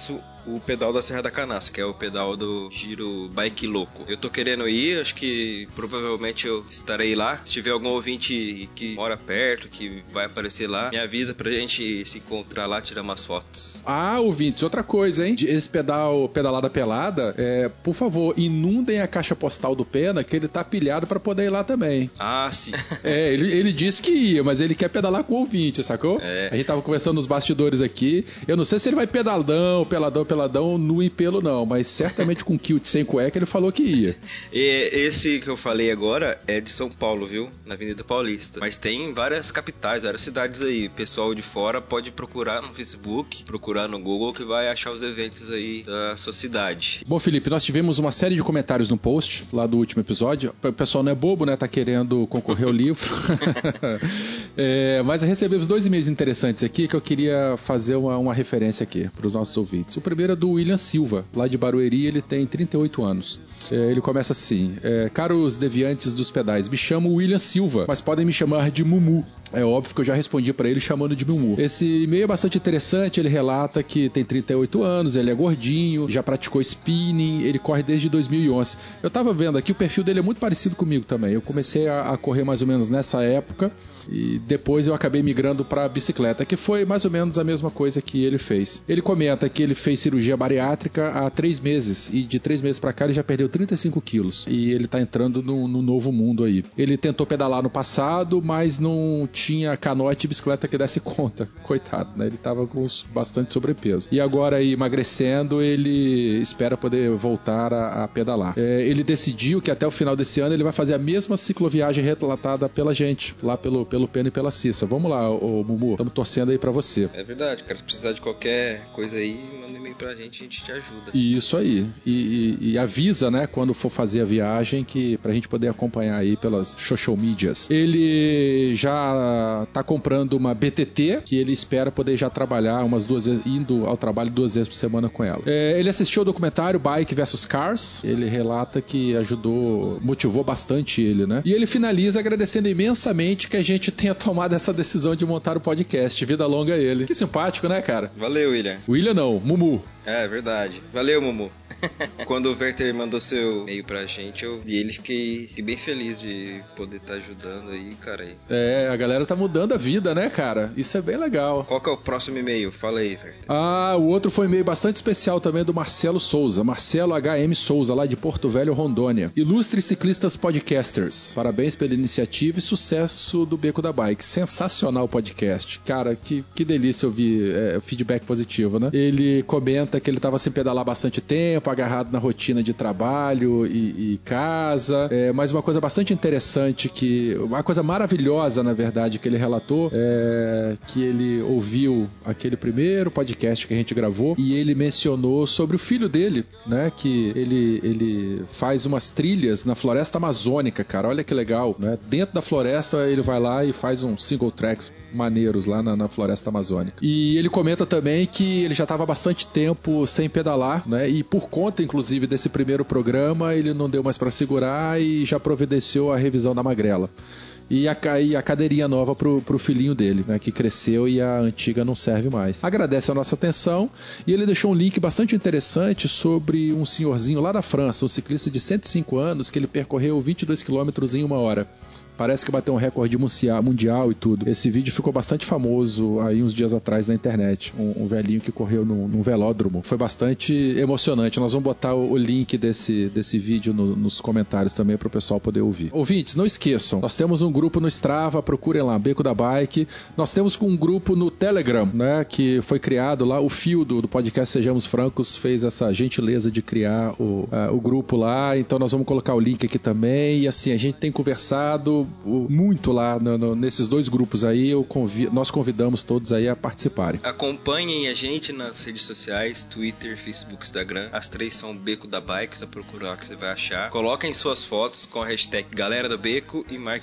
o pedal da Serra da Canastra, que é o pedal do Giro Bike Louco. Eu tô querendo ir, acho que provavelmente eu estarei lá. Se tiver algum ouvinte que mora perto, que vai aparecer lá, me avisa pra gente se encontrar lá, tirar umas fotos. Ah, ouvintes, outra coisa, hein? Esse pedal, pedalada pelada, é, por favor, inundem a caixa postal do Pena, que ele tá pilhado pra poder ir lá também. Ah, sim. É, ele, ele disse que ia, mas ele quer pedalar com o ouvinte, sacou? É. A gente tava conversando nos bastidores aqui. Eu não sei se ele vai pedaladão, peladão, peladão, nu e pelo não, mas certamente com kilt sem cueca ele falou que ia. E esse que eu falei agora é de São Paulo, viu? Na Avenida Paulista. Mas tem várias capitais, várias cidades aí. O pessoal de fora pode procurar no Facebook, procurar no Google, que vai achar os eventos aí da sua cidade. Bom, Felipe, nós tivemos uma série de comentários no post lá do último episódio. O pessoal não é bobo, né? Tá querendo concorrer ao livro. é, mas recebemos dois e-mails interessantes aqui que eu queria fazer uma, uma referência aqui para os nossos ouvintes. O primeiro é do William Silva, lá de Barueri, ele tem trinta e oito anos. É, ele começa assim: é, caros deviantes dos pedais, me chamo William Silva, mas podem me chamar de Mumu. É óbvio que eu já respondi para ele chamando de Mumu. Esse e-mail é bastante interessante, ele relata que tem trinta e oito anos, ele é gordinho, já praticou spinning, ele corre desde dois mil e onze. Eu tava vendo aqui, o perfil dele é muito parecido comigo também. Eu comecei a, a correr mais ou menos nessa época e depois eu acabei migrando para bicicleta, que foi mais ou menos a mesma coisa que ele fez. Ele comenta que ele fez cirurgia bariátrica há três meses e de três meses para cá ele já perdeu trinta e cinco quilos e ele tá entrando no, no novo mundo aí. Ele tentou pedalar no passado, mas não tinha canote e bicicleta que desse conta. Coitado, né? Ele tava com bastante sobrepeso. E agora aí, emagrecendo, ele espera poder voltar a, a pedalar. É, ele decidiu que até o final desse ano ele vai fazer a mesma cicloviagem relatada pela gente, lá pelo, pelo Pena e pela Cissa. Vamos lá, ô, ô Mumu, estamos torcendo aí pra você. É verdade, cara, se precisar de qualquer coisa aí, manda um e-mail pra gente, a gente te ajuda. Isso aí. E, e, e avisa, né, quando for fazer a viagem, que pra gente poder acompanhar aí pelas social medias. Ele já tá comprando uma B T T, que ele espera poder já trabalhar umas duas vezes, indo ao trabalho duas vezes por semana com ela. É, ele assistiu ao documentário Bike versus Cars, ele relata que ajudou, motivou bastante ele, né? E ele finaliza agradecendo imensamente que a gente tenha tomado essa decisão de montar o podcast. Vida longa a ele. Que simpático, né, cara? Valeu, William. William não, Mumu. É, verdade. Valeu, Mumu. Quando o Werther mandou seu e-mail pra gente, eu li ele, fiquei, fiquei bem feliz de poder estar tá ajudando aí, cara. Aí. É, a galera tá mudando a vida, né, cara? Isso é bem legal. Qual que é o próximo e-mail? Fala aí, Werther. Ah, o outro foi um e-mail bastante especial também do Marcelo Souza. Marcelo H M Souza, lá de Porto Velho, Rondônia. Ilustres ciclistas podcasters. Parabéns pela iniciativa e sucesso do Beco da Bike. Sensacional o podcast. Cara, que, que delícia ouvir é, feedback positivo, né? Ele comenta que ele tava sem pedalar bastante tempo, agarrado na rotina de trabalho e, e casa. É, mas uma coisa bastante interessante, que uma coisa maravilhosa, na verdade, que ele relatou, é que ele ouviu aquele primeiro podcast que a gente gravou e ele mencionou sobre o filho dele, né? Que ele, ele faz umas trilhas na floresta amazônica, cara. Olha que legal, né? Dentro da floresta ele vai lá e faz uns single tracks maneiros lá na, na floresta amazônica. E ele comenta também que ele já estava há bastante tempo sem pedalar, né? E por conta, inclusive, desse primeiro programa, ele não deu mais para segurar e já providenciou a revisão da magrela. E a, e a cadeirinha nova pro, pro filhinho dele, né, que cresceu e a antiga não serve mais. Agradece a nossa atenção e ele deixou um link bastante interessante sobre um senhorzinho lá da França, um ciclista de cento e cinco anos, que ele percorreu vinte e dois quilômetros em uma hora. Parece que bateu um recorde mundial e tudo. Esse vídeo ficou bastante famoso aí uns dias atrás na internet. Um, um velhinho que correu num, num velódromo. Foi bastante emocionante. Nós vamos botar o, o link desse, desse vídeo no, nos comentários também para o pessoal poder ouvir. Ouvintes, não esqueçam. Nós temos um grupo no Strava, procurem lá, Beco da Bike. Nós temos um grupo no Telegram, né, que foi criado lá. O Fio do, do podcast Sejamos Francos fez essa gentileza de criar o, uh, o grupo lá. Então nós vamos colocar o link aqui também. E assim, a gente tem conversado muito lá no, no, nesses dois grupos aí. Eu convido, nós convidamos todos aí a participarem. Acompanhem a gente nas redes sociais, Twitter, Facebook, Instagram. As três são Beco da Bike, só procurar que você vai achar. Coloquem suas fotos com a hashtag Galera do Beco e marquem a gente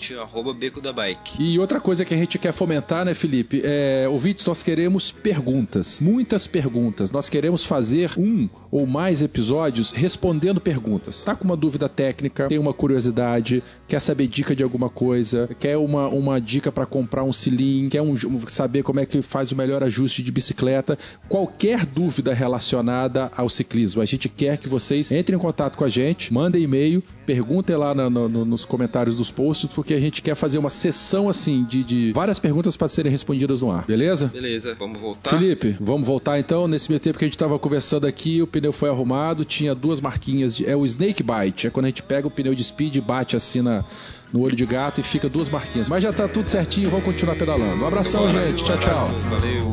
gente, arroba Beco da Bike. E outra coisa que a gente quer fomentar, né, Felipe? É, ouvintes, nós queremos perguntas. Muitas perguntas. Nós queremos fazer um ou mais episódios respondendo perguntas. Tá com uma dúvida técnica, tem uma curiosidade, quer saber dica de alguma coisa, quer uma, uma dica para comprar um selim, quer um, saber como é que faz o melhor ajuste de bicicleta, qualquer dúvida relacionada ao ciclismo. A gente quer que vocês entrem em contato com a gente, mandem e-mail, perguntem lá no, no, nos comentários dos posts, porque a gente quer fazer uma sessão assim de, de várias perguntas para serem respondidas no ar, beleza? Beleza, vamos voltar? Felipe, vamos voltar então. Nesse meio tempo que a gente estava conversando aqui, o pneu foi arrumado, tinha duas marquinhas, de, é o snake bite, é quando a gente pega o pneu de speed e bate assim na, no olho de gato e fica duas marquinhas. Mas já tá tudo certinho, vamos continuar pedalando. Um abração, Bora, gente. Tchau, tchau. Valeu.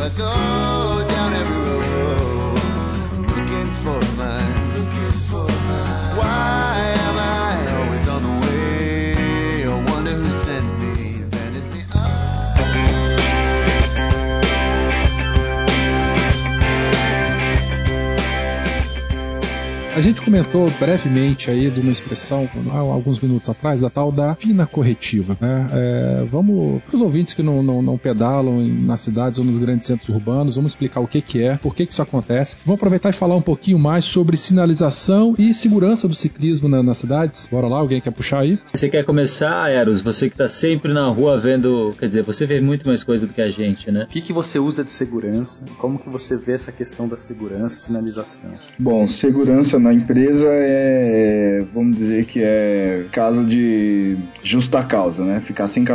A gente comentou brevemente aí de uma expressão há alguns minutos atrás, a tal da fina corretiva, né? É, vamos, para os ouvintes que não, não, não pedalam em, nas cidades ou nos grandes centros urbanos, vamos explicar o que que é, por que que isso acontece. Vamos aproveitar e falar um pouquinho mais sobre sinalização e segurança do ciclismo na, nas cidades. Bora lá, alguém quer puxar aí? Você quer começar, Eros? Você que está sempre na rua vendo, quer dizer, você vê muito mais coisa do que a gente, né? O que que você usa de segurança? Como que você vê essa questão da segurança, sinalização? Bom, segurança na empresa é, vamos dizer que é caso de justa causa, né? Ficar sem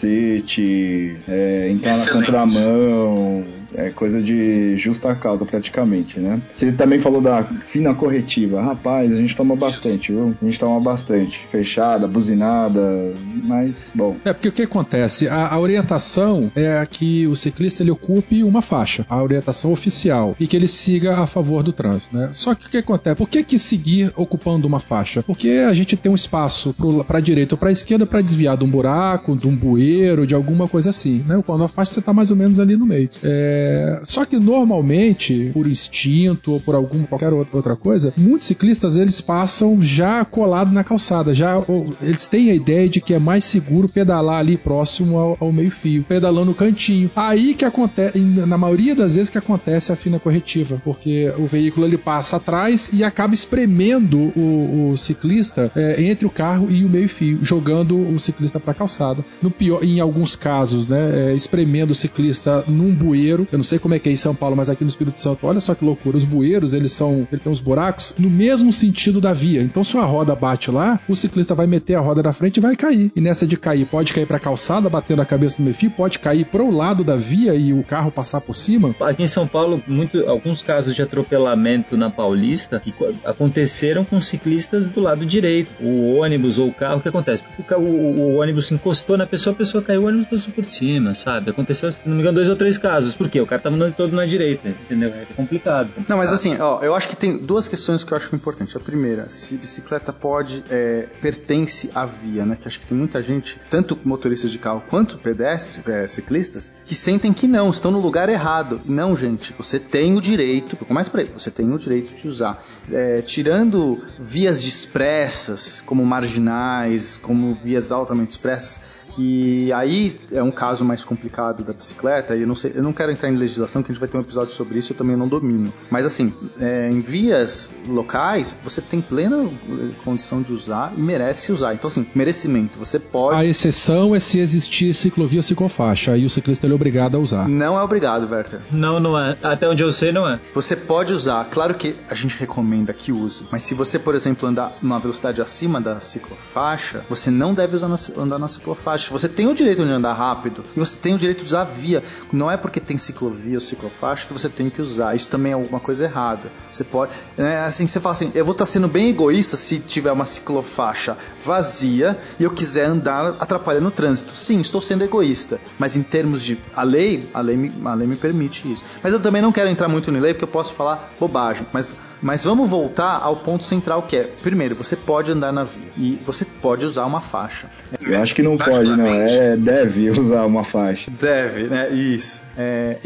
capacete, é, entrar Excelente. na contramão, é coisa de justa causa praticamente, né? Você também falou da fina corretiva. Rapaz, a gente toma bastante, viu? A gente toma bastante. Fechada, buzinada, mas, bom. É, porque o que acontece? A, a orientação é que o ciclista ele ocupe uma faixa, a orientação oficial, e que ele siga a favor do trânsito, né? Só que o que acontece? Por que que seguir ocupando uma faixa? Porque a gente tem um espaço para a direita ou para a esquerda para desviar de um buraco, de um bueiro, de alguma coisa assim, né? Quando a faixa você está mais ou menos ali no meio. É... Só que normalmente, por instinto ou por alguma qualquer outra coisa, muitos ciclistas eles passam já colado na calçada, já ou, eles têm a ideia de que é mais seguro pedalar ali próximo ao, ao meio-fio, pedalando no cantinho. Aí que acontece, na maioria das vezes que acontece a fina corretiva, porque o veículo ele passa atrás e acaba espremendo o, o ciclista é, entre o carro e o meio-fio, jogando o ciclista para a calçada. No pior, em alguns casos, né, é, espremendo o ciclista num bueiro. Eu não sei como é que é em São Paulo, mas aqui no Espírito Santo, olha só que loucura, os bueiros, eles são, eles têm os buracos no mesmo sentido da via. Então, se uma roda bate lá, o ciclista vai meter a roda na frente e vai cair. E nessa de cair, pode cair para a calçada, batendo a cabeça no meio-fio, pode cair para o lado da via e o carro passar por cima. Aqui em São Paulo, muito, alguns casos de atropelamento na Paulista que aconteceram com ciclistas do lado direito. O ônibus ou o carro, o que acontece? O, o, o ônibus encostou na pessoa, a pessoa caiu, o ônibus passou por cima, sabe? Aconteceu, se não me engano, dois ou três casos. Por quê? O cara tava todo na direita, entendeu? É complicado, complicado. Não, mas assim, ó, eu acho que tem duas questões que eu acho importante. A primeira, se bicicleta pode, é, pertence à via, né? Que acho que tem muita gente, tanto motoristas de carro quanto pedestres, é, ciclistas, que sentem que não, estão no lugar errado. Não, gente, você tem o direito, mais pra aí, você tem o direito de usar. É, tirando vias expressas, como marginais, como vias altamente expressas, que aí é um caso mais complicado da bicicleta, e eu não sei, eu não quero entrar em legislação, que a gente vai ter um episódio sobre isso, eu também não domino. Mas assim, é, em vias locais, você tem plena condição de usar e merece usar. Então assim, merecimento, você pode... A exceção é se existir ciclovia ou ciclofaixa, aí o ciclista ele é obrigado a usar. Não é obrigado, Werther. Não, não é. Até onde eu sei, não é. Você pode usar, claro que a gente recomenda que use, mas se você, por exemplo, andar numa velocidade acima da ciclofaixa, você não deve usar na, andar na ciclofaixa. Você tem o direito de andar rápido e você tem o direito de usar a via. Não é porque tem ciclovia ou ciclofaixa que você tem que usar. Isso também é alguma coisa errada. Você pode... É, assim, você fala assim, eu vou estar sendo bem egoísta se tiver uma ciclofaixa vazia e eu quiser andar atrapalhando o trânsito. Sim, estou sendo egoísta. Mas em termos de... A lei, a lei, me, a lei me permite isso. Mas eu também não quero entrar muito na lei porque eu posso falar bobagem. Mas, mas vamos voltar ao ponto central que é, primeiro, você pode andar na via e você pode usar uma faixa. Eu acho que não pode, não. É, deve usar uma faixa. Deve, né? Isso. É, eu,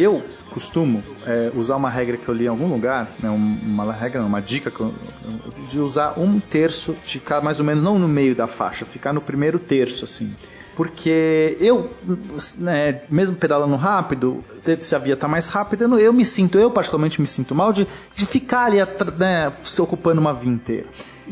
costumo é, usar uma regra que eu li em algum lugar, né, uma regra, não, uma dica que eu, de usar um terço, ficar mais ou menos não no meio da faixa, ficar no primeiro terço, assim. Porque eu, né, mesmo pedalando rápido, se a via está mais rápida, eu me sinto, eu particularmente me sinto mal de, de ficar ali, né, se ocupando uma via inteira.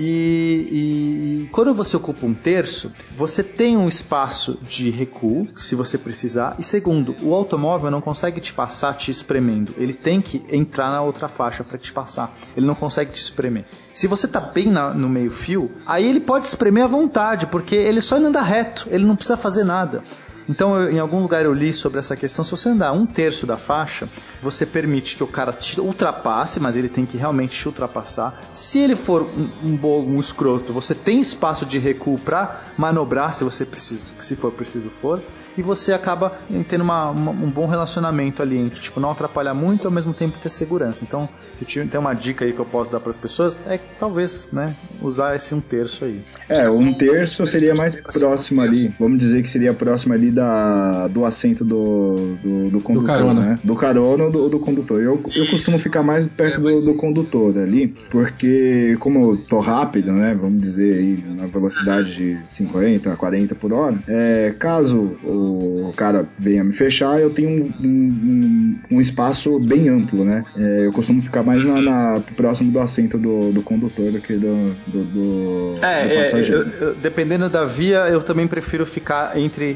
E, e quando você ocupa um terço, você tem um espaço de recuo, se você precisar. E segundo, o automóvel não consegue te passar te espremendo. Ele tem que entrar na outra faixa para te passar. Ele não consegue te espremer. Se você está bem na, no meio fio, aí ele pode espremer à vontade, porque ele só anda reto, ele não precisa fazer nada. Então, eu, em algum lugar eu li sobre essa questão. Se você andar um terço da faixa, você permite que o cara te ultrapasse, mas ele tem que realmente te ultrapassar. Se ele for um, um, bom, um escroto, você tem espaço de recuo para manobrar, se você precisa, se for preciso for, e você acaba tendo uma, uma, um bom relacionamento ali, em que tipo, não atrapalhar muito e ao mesmo tempo ter segurança. Então, se tem uma dica aí que eu posso dar para as pessoas, é talvez, né, usar esse um terço aí. É, um terço seria mais próximo ali, vamos dizer que seria próximo ali Da, do assento do, do, do condutor, do carona. Né? Do carona ou do, do condutor. Eu, eu costumo ficar mais perto é, mas... do, do condutor ali, porque como eu tô rápido, né, vamos dizer aí, na velocidade de cinquenta, quarenta por hora, é, caso o cara venha me fechar, eu tenho um, um, um espaço bem amplo, né? É, eu costumo ficar mais na, na, próximo do assento do, do condutor do que do, do, do, é, do passageiro. É, eu, eu, dependendo da via, eu também prefiro ficar entre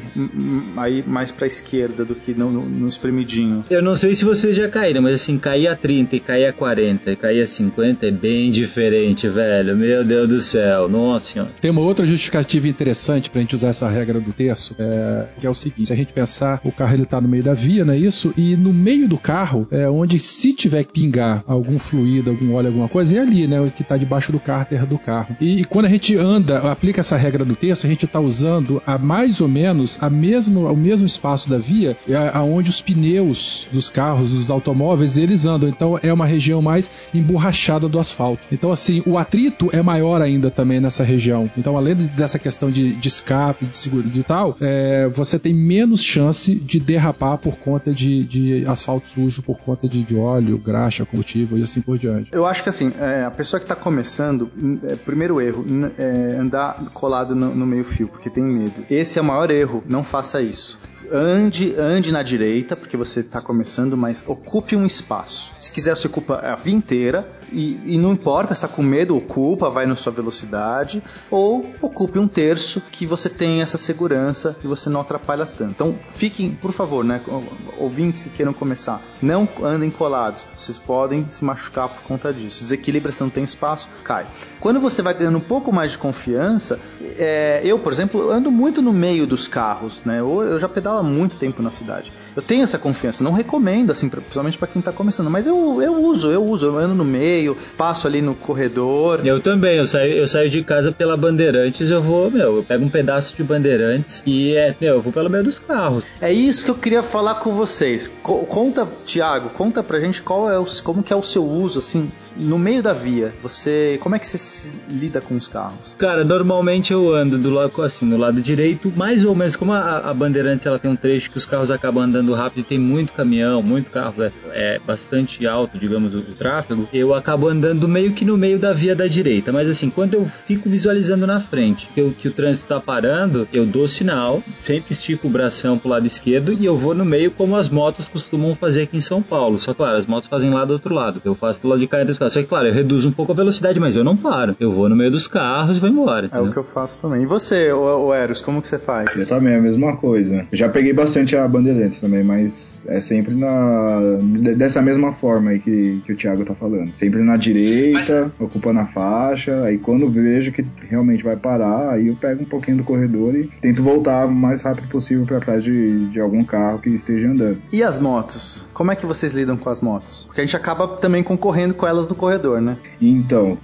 aí mais pra esquerda do que no, no, no espremidinho. Eu não sei se vocês já caíram, mas assim, cair a trinta e cair a quarenta e cair a cinquenta é bem diferente, velho. Meu Deus do céu, nossa senhora. Tem uma outra justificativa interessante pra gente usar essa regra do terço, é, que é o seguinte: se a gente pensar, o carro ele tá no meio da via, não é isso? E no meio do carro, é onde se tiver que pingar algum fluido, algum óleo, alguma coisa, é ali, né? Que tá debaixo do cárter do carro. E, e quando a gente anda, aplica essa regra do terço, a gente tá usando a mais ou menos a mesmo, o mesmo espaço da via aonde os pneus dos carros, dos automóveis, eles andam. Então é uma região mais emborrachada do asfalto. Então assim, o atrito é maior ainda também nessa região. Então além dessa questão de, de escape, de seguro de tal, é, você tem menos chance de derrapar por conta de, de asfalto sujo, por conta de, de óleo, graxa, combustível e assim por diante. Eu acho que assim, é, a pessoa que está começando, é, primeiro erro, é andar colado no, no meio fio, porque tem medo. Esse é o maior erro, não faça isso. Ande, ande na direita, porque você está começando, mas ocupe um espaço. Se quiser, você ocupa a via inteira e, e não importa se está com medo, ocupa, vai na sua velocidade, ou ocupe um terço que você tem essa segurança e você não atrapalha tanto. Então, fiquem, por favor, né, ouvintes que queiram começar, não andem colados. Vocês podem se machucar por conta disso. Desequilibra, se não tem espaço, cai. Quando você vai ganhando um pouco mais de confiança, é, eu, por exemplo, ando muito no meio dos carros, né? Eu, eu já pedalo há muito tempo na cidade. Eu tenho essa confiança, não recomendo, assim, principalmente para quem está começando, mas eu, eu uso, eu uso, eu ando no meio, passo ali no corredor. Eu também, eu saio, eu saio de casa pela Bandeirantes, eu vou, meu, eu pego um pedaço de Bandeirantes e, é, meu, eu vou pelo meio dos carros. É isso que eu queria falar com vocês. Co- conta, Thiago, conta pra gente qual é o, como que é o seu uso, assim, no meio da via. Você, como é que você se lida com os carros? Cara, normalmente eu ando do lado, assim, no lado direito, mais ou menos, como a, a Bandeirantes, ela tem um trecho que os carros acabam andando rápido e tem muito caminhão, muito carro, é, é bastante alto, digamos, o, o tráfego, eu acabo andando meio que no meio da via da direita, mas assim, quando eu fico visualizando na frente que, eu, que o trânsito tá parando, eu dou sinal, sempre estico o bração pro lado esquerdo e eu vou no meio como as motos costumam fazer aqui em São Paulo, só claro, as motos fazem lá do outro lado, eu faço do lado de cá entre os carros, só que claro, eu reduzo um pouco a velocidade, mas eu não paro, eu vou no meio dos carros e vou embora. É, entendeu? O que eu faço também. E você, o, o Eros, como que você faz? Eu também, a mesma coisa. Eu já peguei bastante a Bandeirantes também, mas é sempre na dessa mesma forma aí que, que o Thiago tá falando. Sempre na direita, mas... ocupando a faixa, aí quando vejo que realmente vai parar, aí eu pego um pouquinho do corredor e tento voltar o mais rápido possível pra trás de, de algum carro que esteja andando. E as motos? Como é que vocês lidam com as motos? Porque a gente acaba também concorrendo com elas no corredor, né? Então,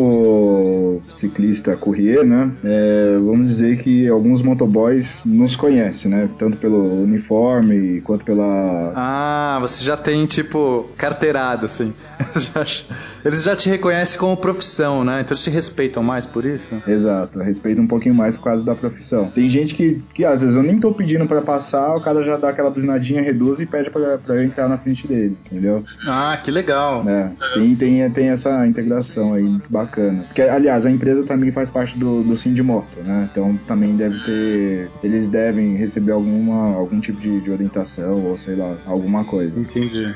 como ciclista courrier, né, é, vamos dizer que alguns motoboys nos conhecem reconhece, né? Tanto pelo uniforme quanto pela... Ah, você já tem, tipo, carteirada, assim. Eles já te reconhecem como profissão, né? Então eles te respeitam mais por isso? Exato, respeita um pouquinho mais por causa da profissão. Tem gente que, que às vezes eu nem tô pedindo pra passar, o cara já dá aquela buzinadinha, reduz e pede pra, pra eu entrar na frente dele, entendeu? Ah, que legal. É, tem, tem, tem essa integração aí bacana. Porque, aliás, a empresa também faz parte do, do Sindimoto, né? Então também deve ter... Eles devem receber alguma, algum tipo de, de orientação ou sei lá, alguma coisa. Entendi.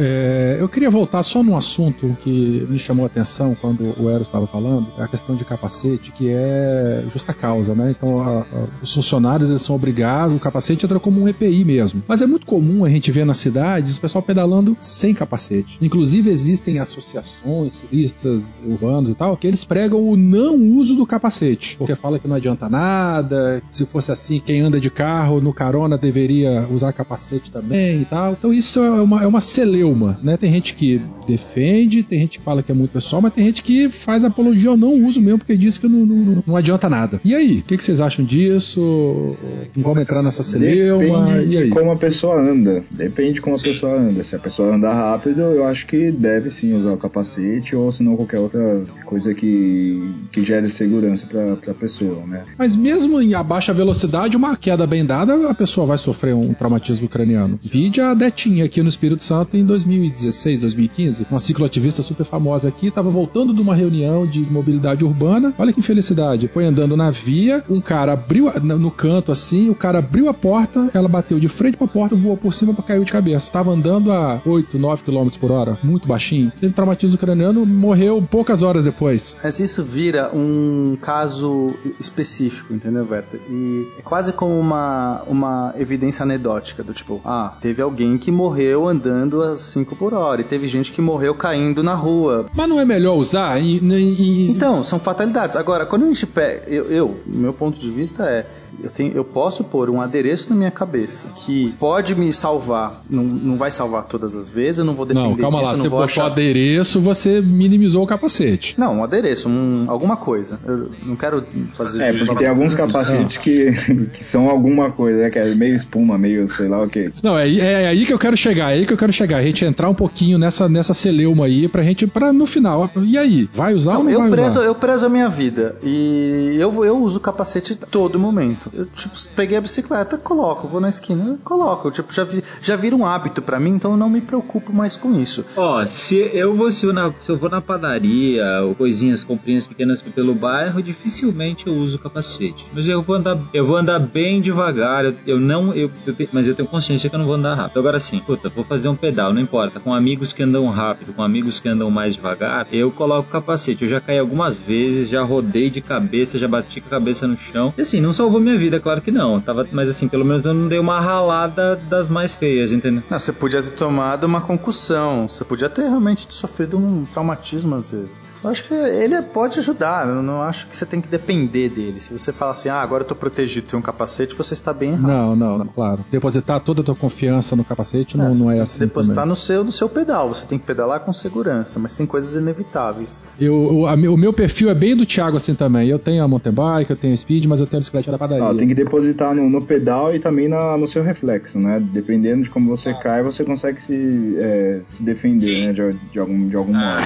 É, eu queria voltar só num assunto que me chamou a atenção quando o Eros estava falando, a questão de capacete, que é justa causa, né? Então a, a, os funcionários eles são obrigados, o capacete entra como um E P I mesmo. Mas é muito comum a gente ver nas cidades o pessoal pedalando sem capacete. Inclusive existem associações, ciclistas urbanos e tal, que eles pregam o não uso do capacete, porque fala que não adianta nada, se fosse assim, quem anda de carro no carona deveria usar capacete também e tal. Então isso é uma, é uma celeuma, né? Tem gente que defende, tem gente que fala que é muito pessoal, mas tem gente que faz apologia ao não uso mesmo, porque diz que não, não, não adianta nada. E aí? O que, que vocês acham disso? Vamos entrar nessa celeuma? Depende e aí? de como a pessoa anda. Depende de como sim. a pessoa anda. Se a pessoa anda rápido, eu acho que deve sim usar o capacete, ou se não qualquer outra coisa que, que gere segurança pra, pra pessoa, né? Mas mesmo em a baixa velocidade, uma queda bem dada, a pessoa vai sofrer um traumatismo craniano. Vide a Detinha aqui no Espírito Santo em dois mil e dezesseis, dois mil e quinze, uma cicloativista super famosa aqui, estava voltando de uma reunião de mobilidade urbana. Olha que infelicidade. Foi andando na via, um cara abriu a, no canto assim, o cara abriu a porta, ela bateu de frente pra porta, voou por cima e caiu de cabeça. Tava andando a oito, nove quilômetros por hora, muito baixinho. Teve traumatismo craniano, morreu poucas horas depois. Mas isso vira um caso específico, entendeu, Werther? E é quase como uma, uma evidência anedótica, do tipo, ah, teve alguém que morreu andando a cinco por hora, e teve gente que morreu caindo na rua. Mas não é melhor usar? E, e... Então, são fatalidades. Agora, quando a gente pega... Eu, eu, meu ponto de vista é... Eu, tenho, eu posso pôr um adereço na minha cabeça que pode me salvar, não, não vai salvar todas as vezes, eu não vou depender disso. Não, calma disso, lá, você botou achar... adereço, você minimizou o capacete. Não, um adereço, um, alguma coisa. Eu não quero fazer... É, porque tem alguns capacetes que, que são alguma coisa, né? Que é meio espuma, meio sei lá o quê. Não, é, é aí que eu quero chegar, é aí que eu quero chegar. A gente entrar um pouquinho nessa, nessa celeuma aí, pra gente, pra no final, e aí? Vai usar não, ou não eu vai prezo, usar? Eu prezo a minha vida e eu, eu uso capacete todo momento. Eu, tipo, peguei a bicicleta, coloco, vou na esquina, coloco. Tipo, já, vi, já vira um hábito pra mim, então eu não me preocupo mais com isso. Ó, se eu vou se eu, na, se eu vou na padaria, ou coisinhas, comprinhas pequenas pelo bairro, dificilmente eu uso capacete. Mas eu vou andar, eu vou andar bem devagar, eu, eu não, eu, eu, mas eu tenho consciência que eu não vou andar rápido. Agora sim, puta, vou fazer um pedal, não importa, com amigos que andam rápido, com amigos que andam mais devagar, eu coloco o capacete. Eu já caí algumas vezes, já rodei de cabeça, já bati com a cabeça no chão. E assim, não salvou minha vida, claro que não. Tava, mas assim, pelo menos eu não dei uma ralada das mais feias, entendeu? Não, você podia ter tomado uma concussão, você podia ter realmente sofrido um traumatismo às vezes. Eu acho que ele pode ajudar, eu não acho que você tem que depender dele. Se você fala assim, ah, agora eu tô protegido, tenho um capacete, você está bem errado. Não, não, não, claro. Depositar toda a tua confiança no capacete não é, não é assim. Depositar no seu, no seu pedal, você tem que pedalar com segurança, mas tem coisas inevitáveis. Eu, o, a, o meu perfil é bem do Thiago assim também. Eu tenho a mountain bike, eu tenho a speed, mas eu tenho a bicicleta da padaria. Ah, tem que depositar no, no pedal e também na, no seu reflexo, né? Dependendo de como você cai, você consegue se, é, se defender, né? De, de algum, de algum modo.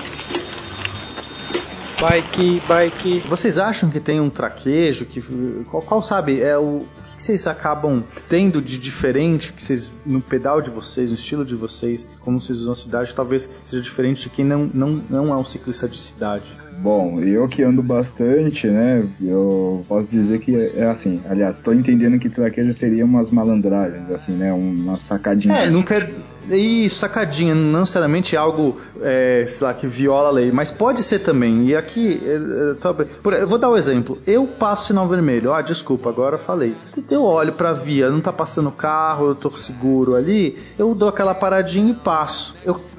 Bike, bike. Vocês acham que tem um traquejo? Que, qual, qual sabe, é o que vocês acabam tendo de diferente, que vocês, no pedal de vocês, no estilo de vocês, como vocês usam a cidade, talvez seja diferente de quem não, não, não é um ciclista de cidade? Bom, eu que ando bastante, né, eu posso dizer que é, é assim, aliás, estou entendendo que traquejo seria umas malandragens, assim, né, uma sacadinha. É, nunca é... Isso, sacadinha, não necessariamente algo, é, sei lá, que viola a lei, mas pode ser também. E aqui, eu, tô... eu vou dar um exemplo. Eu passo sinal vermelho, ah, desculpa, agora eu falei. Eu olho pra via, não tá passando carro, eu tô seguro ali, eu dou aquela paradinha e passo. Eu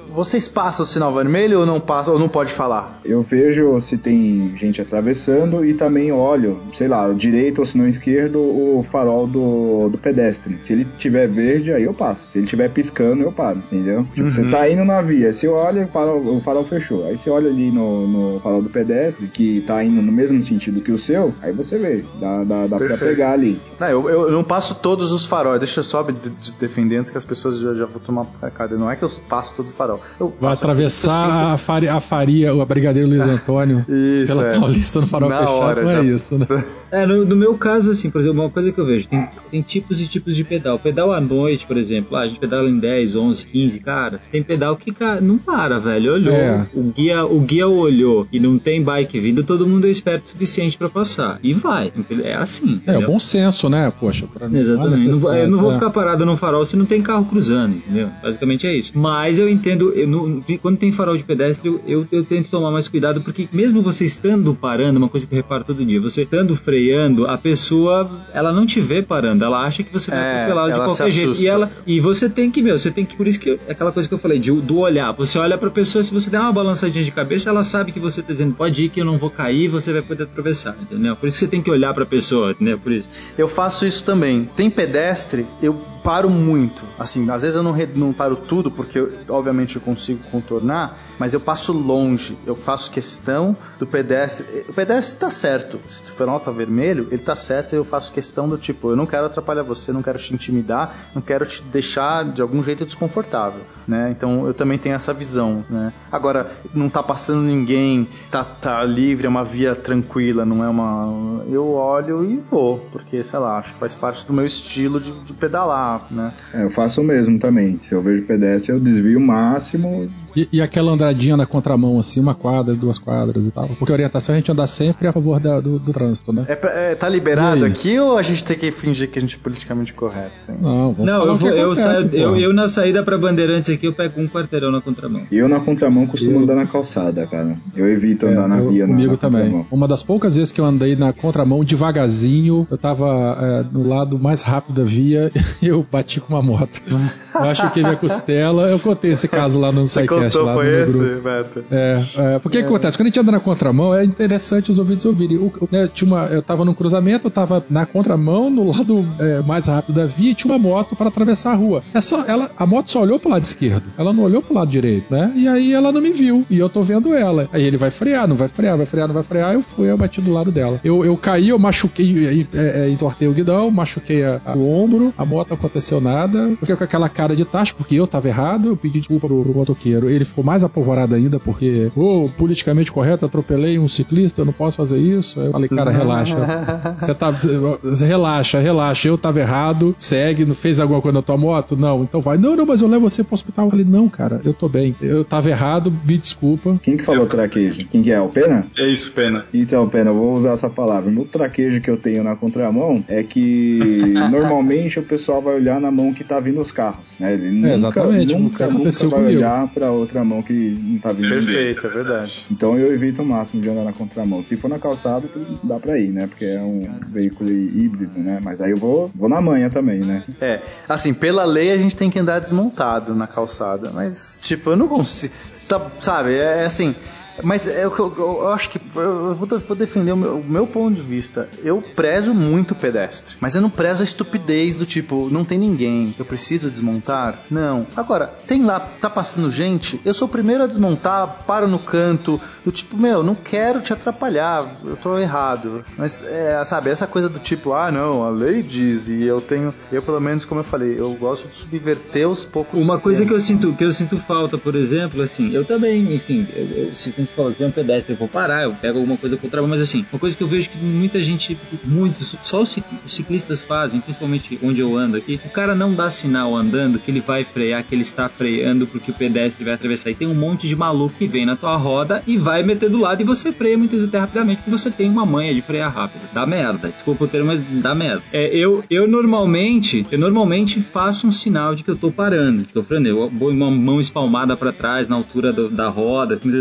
vocês passam o sinal vermelho ou não passam, ou não pode falar? Eu vejo se tem gente atravessando e também olho, sei lá, direito ou se não esquerdo, o farol do, do pedestre. Se ele tiver verde, aí eu passo. Se ele tiver piscando, eu paro, entendeu? Tipo, uhum. Você tá indo na via, se olha, o farol, o farol fechou. Aí você olha ali no, no farol do pedestre, que tá indo no mesmo sentido que o seu, aí você vê, dá, dá, dá pra pegar ali. Não, eu, eu não passo todos os faróis, deixa eu só de, de defender antes que as pessoas já, já vão tomar facada. Não é que eu passo todo o farol. Eu Vai atravessar a, faria, a faria, o Brigadeiro Luiz Antônio isso, pela é. Paulista no farol na fechado, hora, não já... é isso, né? É, no, no meu caso, assim, por exemplo, uma coisa que eu vejo, tem, tem tipos e tipos de pedal. Pedal à noite, por exemplo, ah, a gente pedala em dez, onze, quinze, cara, tem pedal que cara, não para, velho, olhou, é. o, guia, o guia olhou e não tem bike vindo, todo mundo é esperto o suficiente pra passar, e vai, é assim. É, o bom senso, né, poxa. Pra Exatamente, não não, eu não vou é. ficar parado no farol se não tem carro cruzando, entendeu? Basicamente é isso. Mas eu entendo, eu, no, quando tem farol de pedestre, eu, eu, eu tento tomar mais cuidado, porque mesmo você estando parando, uma coisa que eu reparo todo dia, você estando freando, a pessoa, ela não te vê parando, ela acha que você vai é, atropelar de qualquer jeito. E, ela, e você tem que, meu, você tem que, por isso que eu, aquela coisa que eu falei, de, do olhar, você olha pra pessoa, se você der uma balançadinha de cabeça, ela sabe que você tá dizendo, pode ir que eu não vou cair, você vai poder atravessar, entendeu? Por isso que você tem que olhar pra pessoa, entendeu? Por isso. Eu faço isso também. Tem pedestre, eu paro muito, assim, às vezes eu não, não paro tudo, porque eu, obviamente eu consigo contornar, mas eu passo longe, eu faço questão do pedestre, o pedestre tá certo, se o farol tá vermelho, ele tá certo, e eu faço questão do tipo, eu não quero atrapalhar você, não quero te intimidar, não quero te deixar de algum jeito desconfortável, né, então eu também tenho essa visão, né, agora, não tá passando ninguém, tá, tá livre, é uma via tranquila, não é uma, eu olho e vou, porque, sei lá, acho que faz parte do meu estilo de, de pedalar, né? É, eu faço o mesmo também. Se eu vejo pedestre, eu desvio o máximo. E, e aquela andradinha na contramão, assim, uma quadra, duas quadras e tal. Porque a orientação é a gente andar sempre a favor da, do, do trânsito, né? É, pra, é, tá liberado aqui ou a gente tem que fingir que a gente é politicamente correto? Assim? Não, vamos Não, eu, vou, eu, acontece, saio, eu, eu na saída pra Bandeirantes aqui, eu pego um quarteirão na contramão. Eu na contramão costumo eu... andar na calçada, cara. Eu evito andar é, na eu, via. Comigo na, na também. contramão. Uma das poucas vezes que eu andei na contramão devagarzinho, eu tava é, no lado mais rápido da via, eu bati com uma moto. Eu machuquei minha costela. Eu contei esse caso lá no SciCast. Você lá contou, no foi esse, grupo. Berta? É, é, porque o é. que acontece? Quando a gente anda na contramão, é interessante os ouvintes ouvirem. Eu, eu, né, tinha uma, eu tava num cruzamento, eu tava na contramão, no lado é, mais rápido da via, e tinha uma moto para atravessar a rua. Essa, ela, a moto só olhou pro lado esquerdo. Ela não olhou pro lado direito, né? E aí ela não me viu. E eu tô vendo ela. Aí ele vai frear, não vai frear, vai frear, não vai frear. Eu fui, eu bati do lado dela. Eu, eu caí, eu machuquei, é, é, entortei o guidão, machuquei a, a, o ombro, a moto não aconteceu nada. Eu fiquei com aquela cara de tacho, porque eu tava errado, eu pedi desculpa pro, pro motoqueiro. Ele ficou mais apavorado ainda, porque, ô, oh, politicamente correto, atropelei um ciclista, eu não posso fazer isso. Aí eu falei, cara, relaxa. Você tá. Relaxa, relaxa. Eu tava errado, segue, não fez alguma coisa na tua moto? Não, então vai. Não, não, mas eu levo você pro hospital. Eu falei, não, cara, eu tô bem. Eu tava errado, me desculpa. Quem que falou eu... traquejo? Quem que é? O Pena? É isso, Pena. Então, Pena, eu vou usar essa palavra. No traquejo que eu tenho na contramão é que normalmente o pessoal vai olhar na mão que tá vindo os carros, né? Ele nunca, é, exatamente, nunca, nunca vai comigo. olhar pra outra mão que não tá vindo. Perfeito, é verdade. Então eu evito o máximo de andar na contramão. Se for na calçada, dá pra ir, né? Porque é um veículo híbrido, né? Mas aí eu vou, vou na manha também, né? É, assim, pela lei a gente tem que andar desmontado na calçada, mas, tipo, eu não consigo, tá, sabe, é assim... Mas eu, eu, eu acho que eu vou, vou defender o meu, o meu ponto de vista. Eu prezo muito o pedestre, mas eu não prezo a estupidez do tipo, não tem ninguém, eu preciso desmontar. Não. Agora, tem lá, tá passando gente, eu sou o primeiro a desmontar, paro no canto, do tipo, meu, não quero te atrapalhar, eu tô errado. Mas, é, sabe, essa coisa do tipo, ah, não, a lei diz, e eu tenho, eu pelo menos, como eu falei, eu gosto de subverter os poucos... Uma coisa que eu sinto, que eu sinto falta, por exemplo, assim, eu também, enfim, eu, eu, se como você fala, se vem um pedestre, eu vou parar, eu pego alguma coisa contra, mas assim, uma coisa que eu vejo que muita gente, muitos, só os ciclistas fazem, principalmente onde eu ando aqui, o cara não dá sinal andando que ele vai frear, que ele está freando porque o pedestre vai atravessar, e tem um monte de maluco que vem na tua roda e vai meter do lado e você freia muitas vezes até rapidamente, porque você tem uma manha de frear rápido. Dá merda, desculpa o termo, mas dá merda. É, eu, eu normalmente, eu normalmente faço um sinal de que eu tô parando, tô freando, eu vou uma mão espalmada pra trás, na altura do, da roda, muitas vezes o cara só tá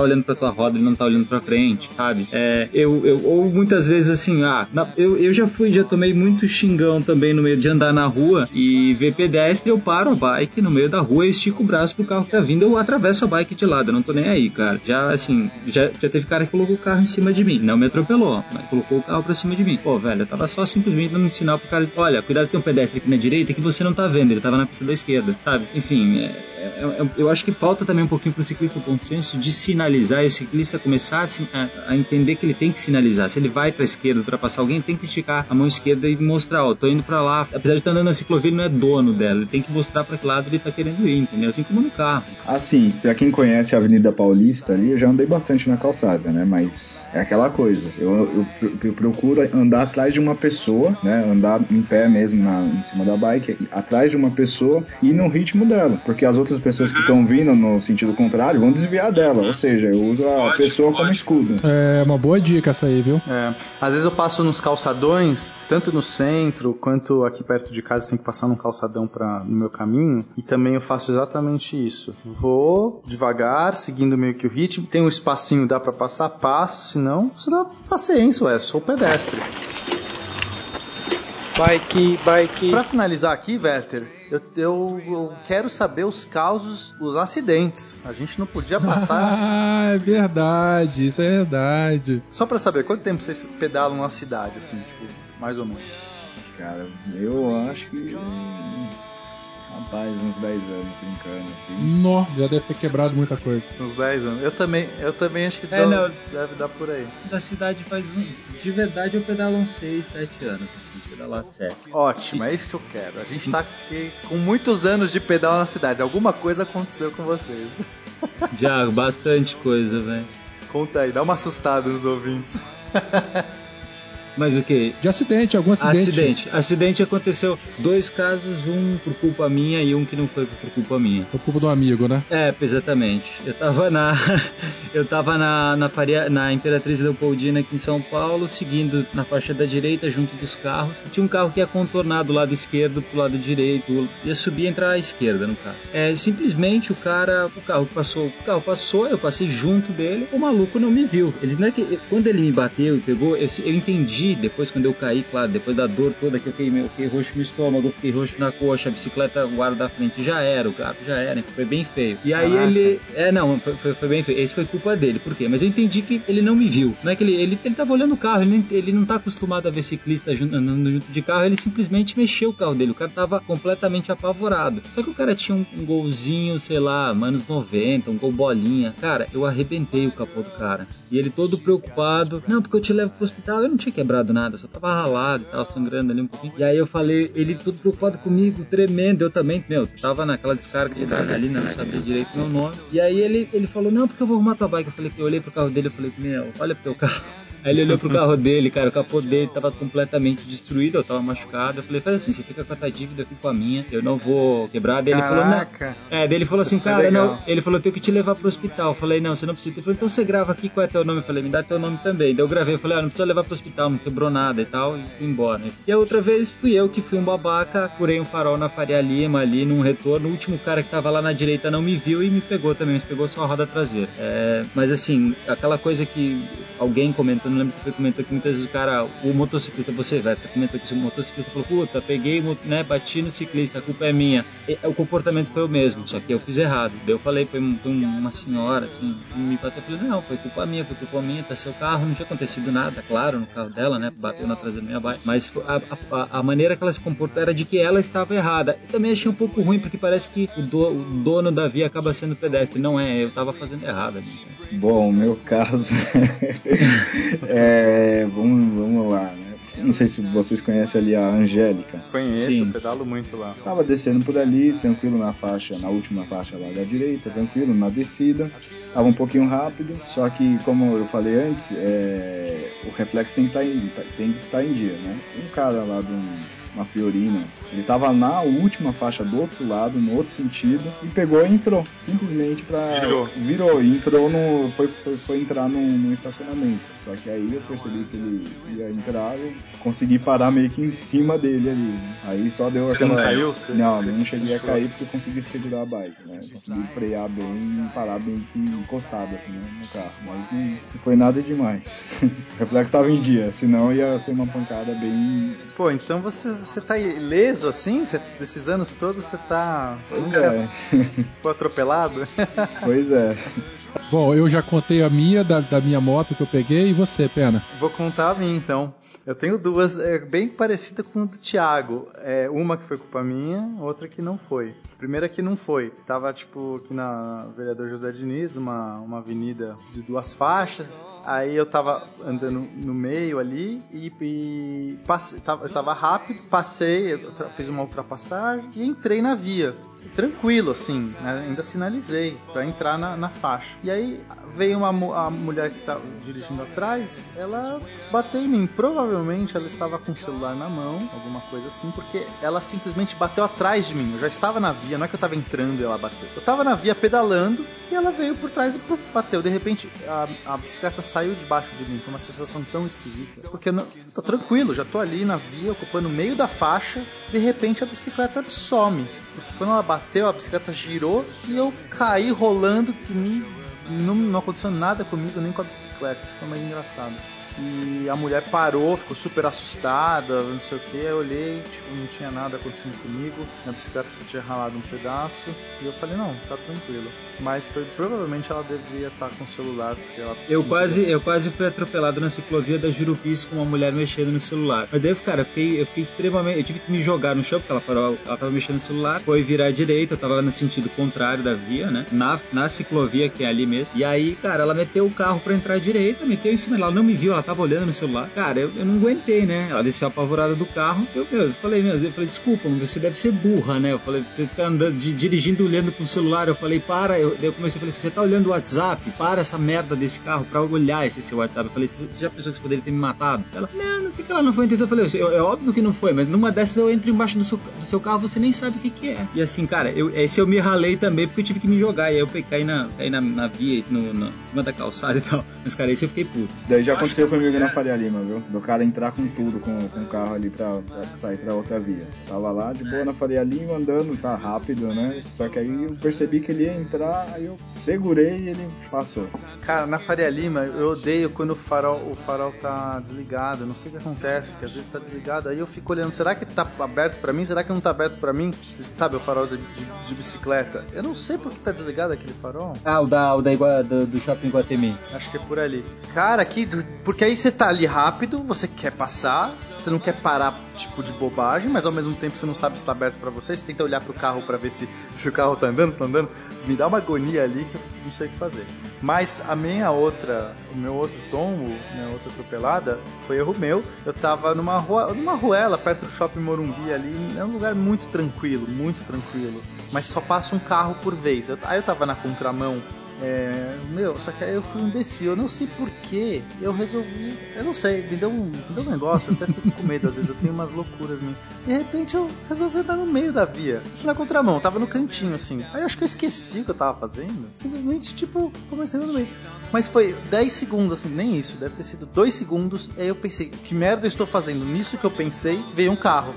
olhando pra tua roda, ele não tá olhando pra frente, sabe? É, eu, eu, ou muitas vezes assim, ah, na, eu, eu já fui, já tomei muito xingão também no meio de andar na rua e ver pedestre, eu paro a bike no meio da rua, eu estico o braço pro carro que tá vindo, eu atravesso a bike de lado, eu não tô nem aí, cara. Já, assim, já, já teve cara que colocou o carro em cima de mim, não me atropelou, mas colocou o carro pra cima de mim. Pô, velho, eu tava só simplesmente dando um sinal pro cara, olha, cuidado que tem um pedestre aqui na direita que você não tá vendo, ele tava na pista da esquerda, sabe? Enfim, é, é, é, eu acho que falta também um pouquinho pro ciclista o bom senso de sinalizar e o ciclista começar a, a entender que ele tem que sinalizar. Se ele vai pra esquerda ultrapassar alguém, tem que esticar a mão esquerda e mostrar, ó, tô indo pra lá. Apesar de estar andando na ciclovia, ele não é dono dela, ele tem que mostrar pra que lado ele tá querendo ir, entendeu? Assim como no carro. Assim, pra quem conhece a Avenida Paulista ali, eu já andei bastante na calçada, né? Mas é aquela coisa, eu, eu, eu procuro andar atrás de uma pessoa, né? Andar em pé mesmo na, em cima da bike, atrás de uma pessoa e no ritmo dela, porque as outras pessoas que estão vindo no sentido contrário vão desviar dela, ou seja, eu uso a pode, pessoa pode. como escudo. É uma boa dica essa aí, viu? É, às vezes eu passo nos calçadões, tanto no centro quanto aqui perto de casa, eu tenho que passar num calçadão pra, no meu caminho, e também eu faço exatamente isso. Vou devagar, seguindo meio que o ritmo, tem um espacinho, dá pra passar, passo, senão, você dá paciência, ué, sou pedestre. Bike, bike. Pra finalizar aqui, Werther, eu, eu, eu quero saber os causos, os acidentes. A gente não podia passar... Ah, é verdade, isso é verdade. Só pra saber, quanto tempo vocês pedalam na cidade, assim, tipo, mais ou menos? Cara, eu acho que... Rapaz, uns dez anos brincando, assim. Nó, já deve ter quebrado muita coisa. Uns dez anos. Eu também, eu também acho que é, dá, não, deve dar por aí. Da cidade faz um... De verdade eu pedalo uns seis, sete anos, assim, pedalar sete. Ótimo, é isso que eu quero. A gente tá aqui com muitos anos de pedal na cidade. Alguma coisa aconteceu com vocês. Já, bastante coisa, velho. Conta aí, dá uma assustada nos ouvintes. Mas o que? De acidente, algum acidente. Acidente. Acidente aconteceu dois casos, um por culpa minha e um que não foi por culpa minha. Por culpa do amigo, né? É, exatamente. Eu tava na eu tava na na, Faria, na Imperatriz Leopoldina aqui em São Paulo, seguindo na faixa da direita junto dos carros. Tinha um carro que ia contornar do lado esquerdo pro lado direito, ia subir e entrar à esquerda no carro. É, simplesmente o cara, o carro passou, o carro passou, eu passei junto dele, o maluco não me viu. Ele não é que quando ele me bateu e pegou, eu, eu entendi. Depois quando eu caí, claro, depois da dor toda que eu fiquei, eu fiquei roxo no estômago, eu fiquei roxo na coxa, a bicicleta, o guarda da frente já era, o carro já era, foi bem feio. E aí Caraca. ele, é não, foi, foi, foi bem feio, esse foi culpa dele, por quê? Mas eu entendi que ele não me viu, não é que ele, ele, ele tava olhando o carro, ele, ele não tá acostumado a ver ciclista andando junto de carro, ele simplesmente mexeu o carro dele, o cara tava completamente apavorado. Só que o cara tinha um, um golzinho, sei lá, anos noventa, um gol bolinha, cara, eu arrebentei o capô do cara, e ele todo preocupado, não, porque eu te levo pro hospital, eu não tinha quebrado nada, eu só tava ralado e tava sangrando ali um pouquinho. E aí eu falei, ele todo preocupado comigo, tremendo, eu também, meu, tava naquela descarga de adrenalina, não sabia direito meu nome. E aí ele, ele falou, não, porque eu vou arrumar tua bike. Eu falei, eu olhei pro carro dele, eu falei, meu, olha pro teu carro. Aí ele olhou pro carro dele, cara, o capô dele tava completamente destruído, eu tava machucado. Eu falei, faz assim, você fica com a tua dívida, eu fico com a minha, eu não vou quebrar. Daí ele falou, não. É, daí ele falou assim, cara, não. Ele falou, eu tenho que te levar pro hospital. Eu falei, não, você não precisa. Ele falou, então você grava aqui, qual é teu nome? Eu falei, me dá teu nome também. Daí eu gravei, eu falei, ah, não precisa levar pro hospital, não quebrou nada e tal, e fui embora. E a outra vez fui eu que fui um babaca, curei um farol na Faria Lima ali num retorno. O último cara que tava lá na direita não me viu e me pegou também, mas pegou só a roda traseira. É, mas assim, aquela coisa que alguém comentou, não lembro que foi comentou que muitas vezes o cara, o motociclista, você vai, comentou que o motociclista falou, puta, peguei, né, bati no ciclista, a culpa é minha. E, o comportamento foi o mesmo, só que eu fiz errado. Daí eu falei, foi uma senhora, assim, me bateu, eu falei, não, foi culpa minha, foi culpa minha, tá seu carro, não tinha acontecido nada, claro, no carro dela, né, bateu na traseira da minha bike, mas a, a, a maneira que ela se comportou era de que ela estava errada. Eu também achei um pouco ruim, porque parece que o, do, o dono da via acaba sendo pedestre, não é, eu tava fazendo errado. Então. Bom, meu caso, é, vamos, vamos lá, né? Não sei se vocês conhecem ali a Angélica. Conheço, Sim. Eu pedalo muito lá. Tava descendo por ali, tranquilo na faixa, na última faixa lá da direita, tranquilo, na descida. Tava um pouquinho rápido, só que, como eu falei antes, é, o reflexo tem que, estar em, tem que estar em dia, né? Um cara lá de um, uma Fiorino. Ele tava na última faixa do outro lado, no outro sentido, e pegou e entrou. Simplesmente pra... Virou. Virou. E entrou no... Foi, foi, foi entrar no, no estacionamento. Só que aí eu percebi que ele ia entrar e consegui parar meio que em cima dele ali. Aí só deu Você aquela... não caiu? Você, não, você, não cheguei a você cair porque eu consegui segurar a bike, né? Eu consegui frear bem e parar bem que encostado assim, né, no carro. Mas não, não foi nada demais. O reflexo tava em dia, senão ia ser uma pancada bem... Pô, então você, você tá ileso assim? Você, desses anos todos você tá... Pois Nunca é. foi atropelado? Pois é. Bom, eu já contei a minha, da, da minha moto que eu peguei, e você, Pena? Vou contar a minha, então. Eu tenho duas, é, bem parecida com a do Thiago. É, uma que foi culpa minha, outra que não foi. A primeira que não foi. Tava, tipo, aqui na Vereador José Diniz, uma, uma avenida de duas faixas. Aí eu tava andando no meio ali e, e passe, tava, eu tava rápido, passei, eu fiz uma ultrapassagem e entrei na via. Tranquilo, assim, né? Ainda sinalizei pra entrar na, na faixa. E aí veio uma a mulher que tava dirigindo atrás, ela bateu em mim. Provavelmente ela estava com o celular na mão, alguma coisa assim, porque ela simplesmente bateu atrás de mim. Eu já estava na via, não é que eu estava entrando e ela bateu. Eu estava na via pedalando e ela veio por trás e puf, bateu. De repente a, a bicicleta saiu debaixo de mim, foi uma sensação tão esquisita. Porque eu não, tô tranquilo, já tô ali na via, ocupando o meio da faixa, de repente a bicicleta some. Porque quando ela bateu, a bicicleta girou e eu caí rolando, que não, não aconteceu nada comigo, nem com a bicicleta. Isso foi mais engraçado. E a mulher parou, ficou super assustada, não sei o que. Eu olhei, tipo, não tinha nada acontecendo comigo. Minha bicicleta só tinha ralado um pedaço. E eu falei, não, tá tranquilo. Mas foi, provavelmente ela devia estar com o celular. Porque ela eu, quase, eu quase fui atropelado na ciclovia da Jurupis com uma mulher mexendo no celular. Mas daí, cara, eu fiquei, eu fiquei extremamente... Eu tive que me jogar no chão, porque ela parou, ela tava mexendo no celular. Foi virar à direita, eu tava no sentido contrário da via, né? Na, na ciclovia, que é ali mesmo. E aí, cara, ela meteu o carro pra entrar à direita, meteu em cima. Ela não me viu, ela tava olhando no celular. Cara, eu, eu não aguentei, né? Ela desceu apavorada do carro. Eu, eu falei, meu, eu falei, desculpa, você deve ser burra, né? Eu falei, você tá andando, de, dirigindo, olhando pro celular. Eu falei, para. Eu, eu comecei a falar, você tá olhando o WhatsApp? Para essa merda desse carro pra olhar esse seu WhatsApp. Eu falei, você já pensou que você poderia ter me matado? Ela, não, não sei que ela não foi a intenção. Eu falei, é óbvio que não foi, mas numa dessas eu entro embaixo do seu, do seu carro, você nem sabe o que que é. E assim, cara, eu, esse eu me ralei também porque eu tive que me jogar. E aí eu caí na, caí na, na via, no, no, em cima da calçada e tal. Mas, cara, esse eu fiquei puto. Isso daí já aconteceu comigo na Faria Lima, viu? Do cara entrar com tudo, com, com o carro ali pra, pra sair pra outra via. Tava lá de boa na Faria Lima, andando, tá rápido, né? Só que aí eu percebi que ele ia entrar, aí eu segurei e ele passou. Cara, na Faria Lima, eu odeio quando o farol, o farol tá desligado. Eu não sei o que acontece, que às vezes tá desligado. Aí eu fico olhando, será que tá aberto pra mim? Será que não tá aberto pra mim? Sabe, o farol de, de, de bicicleta. Eu não sei por que tá desligado aquele farol. Ah, o da, o da Igua, do, do Shopping Guatemi. Acho que é por ali. Cara, aqui, porque aí você tá ali rápido, você quer passar, você não quer parar, tipo, de bobagem, mas ao mesmo tempo você não sabe se tá aberto pra você, você tenta olhar pro carro pra ver se, se o carro tá andando, se tá andando. Me dá uma agonia ali que eu não sei o que fazer. Mas a minha outra, o meu outro tombo, minha outra atropelada, foi erro meu. Eu tava numa rua, numa ruela perto do Shopping Morumbi ali, é um lugar muito tranquilo, muito tranquilo, mas só passa um carro por vez. Eu, aí eu tava na contramão. É, meu, só que aí eu fui um imbecil, eu não sei porquê, eu resolvi, eu não sei, me deu um, me deu um negócio, eu até fico com medo, às vezes eu tenho umas loucuras minhas. De repente eu resolvi andar no meio da via, na contramão, tava no cantinho assim, aí eu acho que eu esqueci o que eu tava fazendo, simplesmente tipo, comecei no meio. Mas foi dez segundos assim, nem isso, deve ter sido dois segundos, aí eu pensei, que merda eu estou fazendo? Nisso que eu pensei, veio um carro.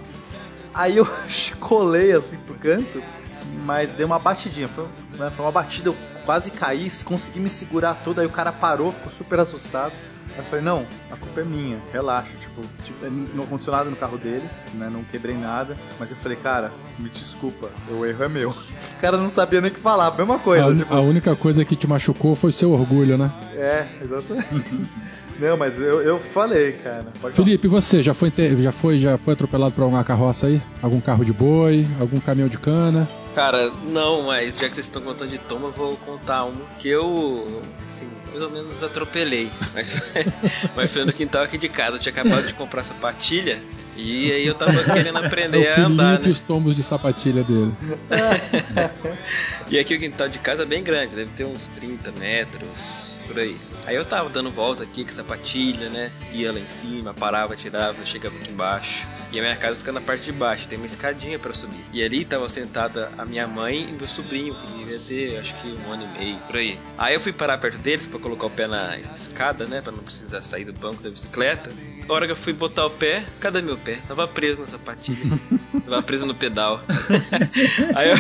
Aí eu colei assim pro canto, mas deu uma batidinha, foi, né, foi uma batida, eu quase caí, consegui me segurar todo, aí o cara parou, ficou super assustado. Aí eu falei, não, a culpa é minha, relaxa, tipo, tipo não aconteceu nada no carro dele, né, não quebrei nada, mas eu falei, cara, me desculpa, o erro é meu. O cara não sabia nem o que falar, mesma coisa. A, tipo... a única coisa que te machucou foi seu orgulho, né? É, exatamente. Não, mas eu, eu falei, cara. Pode Felipe, e você? Já foi, já, foi, já foi atropelado por alguma carroça aí? Algum carro de boi? Algum caminhão de cana? Cara, não, mas já que vocês estão contando de tomba, eu vou contar um que eu, assim, mais ou menos atropelei. Mas, mas foi no quintal aqui de casa. Eu tinha acabado de comprar sapatilha e aí eu tava querendo aprender é o a andar, Felipe né? E os tombos de sapatilha dele. E aqui o quintal de casa é bem grande, deve ter uns trinta metros. por aí. Aí eu tava dando volta aqui com sapatilha, né? Ia lá em cima, parava, tirava, chegava aqui embaixo. E a minha casa fica na parte de baixo, tem uma escadinha pra subir. E ali tava sentada a minha mãe e meu sobrinho, que devia ter acho que um ano e meio, por aí. Aí eu fui parar perto deles pra colocar o pé na escada, né? Pra não precisar sair do banco da bicicleta. A hora que eu fui botar o pé, cadê meu pé? Tava preso na sapatilha. Tava preso no pedal. Aí, eu,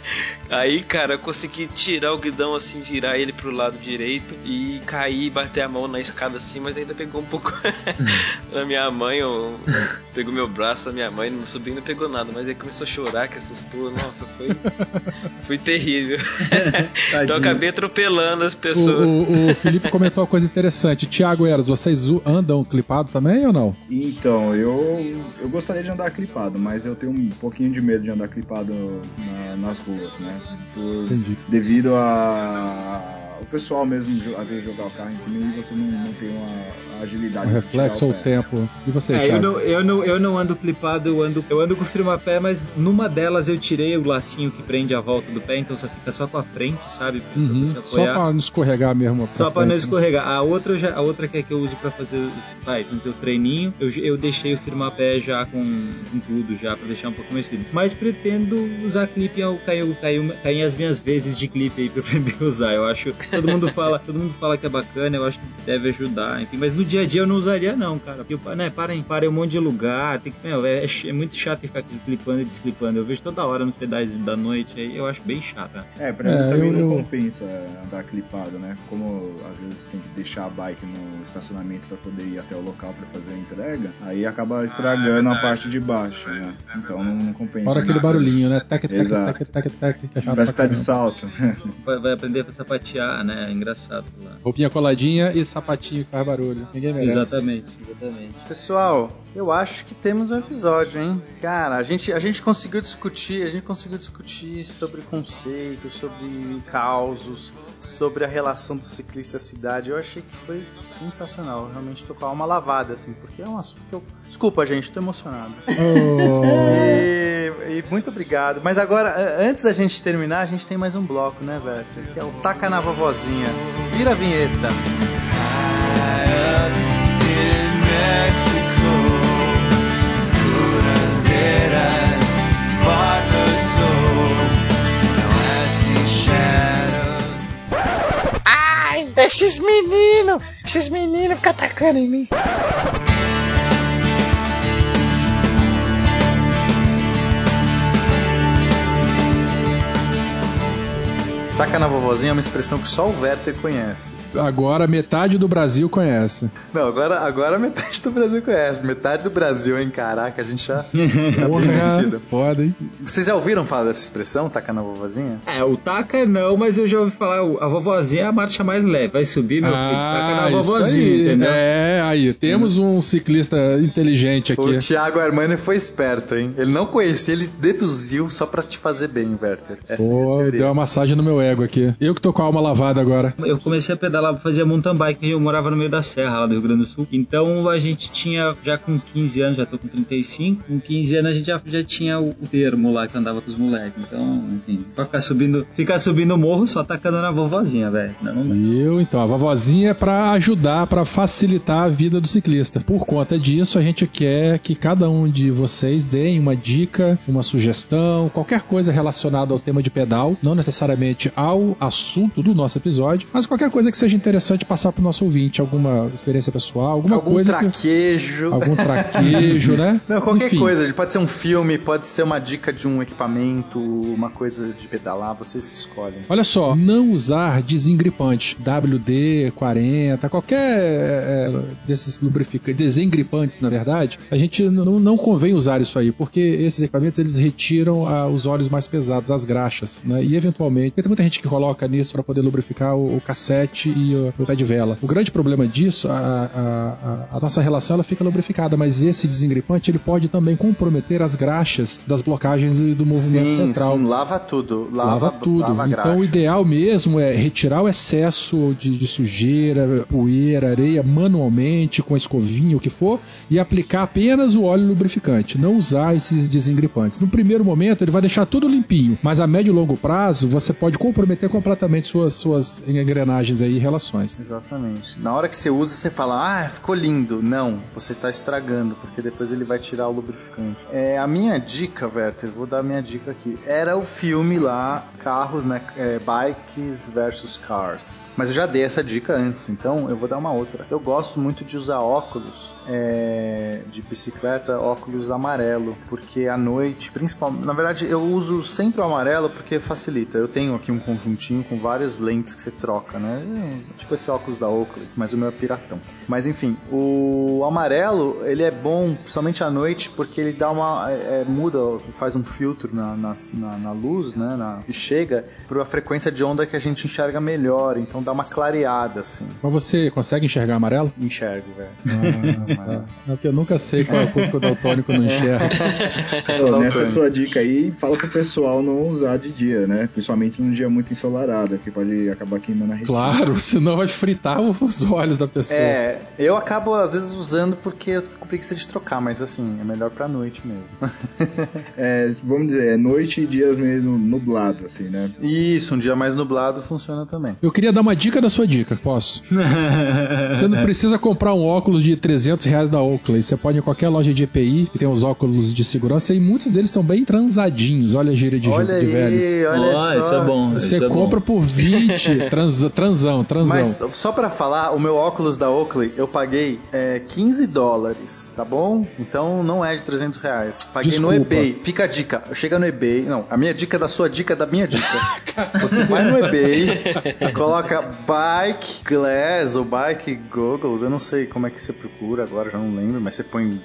aí, cara, eu consegui tirar o guidão assim, virar ele pro lado direito e cair e bater a mão na escada assim, mas ainda pegou um pouco da minha mãe, ou pegou meu braço da minha mãe, meu sobrinho não pegou nada, mas aí começou a chorar, que assustou. Nossa, foi, foi terrível. Então eu acabei atropelando as pessoas. O, o, o Felipe comentou uma coisa interessante. Tiago Eros, vocês andam clipados também ou não? Então, eu, eu gostaria de andar clipado, mas eu tenho um pouquinho de medo de andar clipado na, nas ruas, né? Por, devido a o pessoal mesmo às vezes jogar o carro em cima e você não, não tem uma agilidade. Um reflexo ao tempo. E você, é, Thiago? Eu não, eu, não, eu não ando clipado, eu ando, eu ando com firma-pé, mas numa delas eu tirei o lacinho que prende a volta do pé, então só fica só com a frente, sabe? Uhum, só pra não escorregar mesmo. Pra só pra frente, não escorregar. Né? A outra, já, a outra que é que eu uso pra fazer, vai, fazer o treininho, eu, eu deixei o firma-pé já com, com tudo, já pra deixar um pouco mais firme. Mas pretendo usar clipe, caiu, caiu, caiu as minhas vezes de clipe aí pra aprender a usar. Eu acho, todo mundo fala, todo mundo fala que é bacana, eu acho que deve ajudar, enfim, mas no dia a dia eu não usaria não, cara, porque, né, para em, para em um monte de lugar, tem que, meu, é, é muito chato ficar clipando e desclipando, eu vejo toda hora nos pedais da noite, aí eu acho bem chato. Né? É, pra é, mim também eu, não eu... compensa andar clipado, né, como às vezes tem que deixar a bike no estacionamento pra poder ir até o local pra fazer a entrega, aí acaba estragando ah, é a parte de baixo, né, então não, não compensa. Fora aquele barulhinho, né, tec, tec, tec, tec, tec, tec, parece que tá de salto. Vai, vai aprender a sapatear, né, é engraçado lá. Roupinha coladinha e sapatinho que faz barulho. Ninguém merece. Exatamente, exatamente. Pessoal, eu acho que temos um episódio, hein? Cara, a gente, a gente conseguiu discutir, a gente conseguiu discutir sobre conceitos, sobre causos, sobre a relação do ciclista à cidade. Eu achei que foi sensacional. Eu realmente tô com a alma lavada, assim, porque é um assunto que eu... Desculpa, gente, tô emocionado. Oh. E, e muito obrigado. Mas agora, antes da gente terminar, a gente tem mais um bloco, né, velho? Que é o Taca na Vovozinha. Vira a vinheta. Ai, esses meninos, esses meninos ficam atacando em mim. Taca na vovozinha é uma expressão que só o Werther conhece. Agora metade do Brasil conhece. Não, agora, agora metade do Brasil conhece. Metade do Brasil, hein? Caraca, a gente já tá bem metido. Foda, hein? Vocês já ouviram falar dessa expressão, taca na vovozinha? É, o taca não, mas eu já ouvi falar, a vovozinha é a marcha mais leve. Vai subir, meu ah, filho, taca na vovozinha, aí, entendeu? É, aí, temos hum. um ciclista inteligente aqui. O Thiago Armani foi esperto, hein? Ele não conhecia, ele deduziu só pra te fazer bem, Werther. Essa Pô, é deu uma massagem no meu ego aqui. Eu que tô com a alma lavada agora. Eu comecei a pedalar, fazia mountain bike, eu morava no meio da serra lá do Rio Grande do Sul. Então a gente tinha, já com quinze anos, já tô com trinta e cinco, com quinze anos a gente já, já tinha o, o termo lá que andava com os moleques. Então, enfim, pra ficar subindo, ficar subindo o morro só tacando na vovozinha, velho. Senão não dá. Eu, então, a vovozinha é pra ajudar, pra facilitar a vida do ciclista. Por conta disso, a gente quer que cada um de vocês deem uma dica, uma sugestão, qualquer coisa relacionada ao tema de pedal, não necessariamente ao assunto do nosso episódio, mas qualquer coisa que seja interessante passar pro nosso ouvinte, alguma experiência pessoal, alguma algum coisa traquejo. Que... algum traquejo, né? Não, qualquer Enfim. coisa, pode ser um filme, pode ser uma dica de um equipamento, uma coisa de pedalar, vocês que escolhem. Olha só, não usar desengripante, W D quarenta, qualquer é, desses lubrificantes, desengripantes, na verdade, a gente não, não convém usar isso aí, porque esses equipamentos, eles retiram a, os óleos mais pesados, as graxas, né? E eventualmente, tem muita gente que coloca nisso para poder lubrificar o, o cassete e o, o pé de vela. O grande problema disso, a, a, a, a nossa relação ela fica lubrificada, mas esse desengripante ele pode também comprometer as graxas das blocagens do movimento sim, central. Sim, lava tudo. Lava, lava tudo. Lava então o ideal mesmo é retirar o excesso de, de sujeira, poeira, areia manualmente, com a escovinha, o que for, e aplicar apenas o óleo lubrificante. Não usar esses desengripantes. No primeiro momento ele vai deixar tudo limpinho, mas a médio e longo prazo você pode comprometer comprometer completamente suas, suas engrenagens aí e relações. Exatamente. Na hora que você usa, você fala, ah, ficou lindo. Não, você tá estragando, porque depois ele vai tirar o lubrificante. É, a minha dica, Werther, vou dar a minha dica aqui. Era o filme lá, carros, né? É, Bikes versus Cars. Mas eu já dei essa dica antes, então eu vou dar uma outra. Eu gosto muito de usar óculos é, de bicicleta, óculos amarelo, porque à noite, principalmente, na verdade eu uso sempre o amarelo porque facilita. Eu tenho aqui um conjuntinho com várias lentes que você troca, né? Tipo esse óculos da Oakley, mas o meu é piratão. Mas enfim, o amarelo, ele é bom somente à noite porque ele dá uma... É, muda, faz um filtro na, na, na, na luz, né? Na, e chega para a frequência de onda que a gente enxerga melhor, então dá uma clareada, assim. Mas você consegue enxergar amarelo? Enxergo, velho. Ah, é porque eu nunca sei qual é o público daltônico não enxerga. Pô, nessa sua dica aí, fala pro pessoal não usar de dia, né? Principalmente num dia muito ensolarado, que pode acabar queimando a retina. Claro, senão vai fritar os olhos da pessoa. É, eu acabo às vezes usando porque eu fico com preguiça de trocar, mas assim, é melhor pra noite mesmo. É, vamos dizer, é noite e dias meio nublados, assim, né? Isso, um dia mais nublado funciona também. Eu queria dar uma dica da sua dica, posso? Você não precisa comprar um óculos de trezentos reais da Oakley. Você pode ir em qualquer loja de E P I que tem os óculos de segurança e muitos deles são bem transadinhos. Olha a gíria de, olha de aí, velho. Olha oh, só. Isso é bom. Você isso é compra bom. por vinte, trans, transão, transão. Mas só pra falar, o meu óculos da Oakley eu paguei é, quinze dólares, tá bom? Então não é de trezentos reais. Paguei Desculpa. no eBay. Fica a dica. Chega no eBay. Não, a minha dica da sua dica da minha dica. Você vai no eBay, coloca Bike Glass ou Bike Goggles, eu não sei como é que você procura agora, já não lembro, mas você põe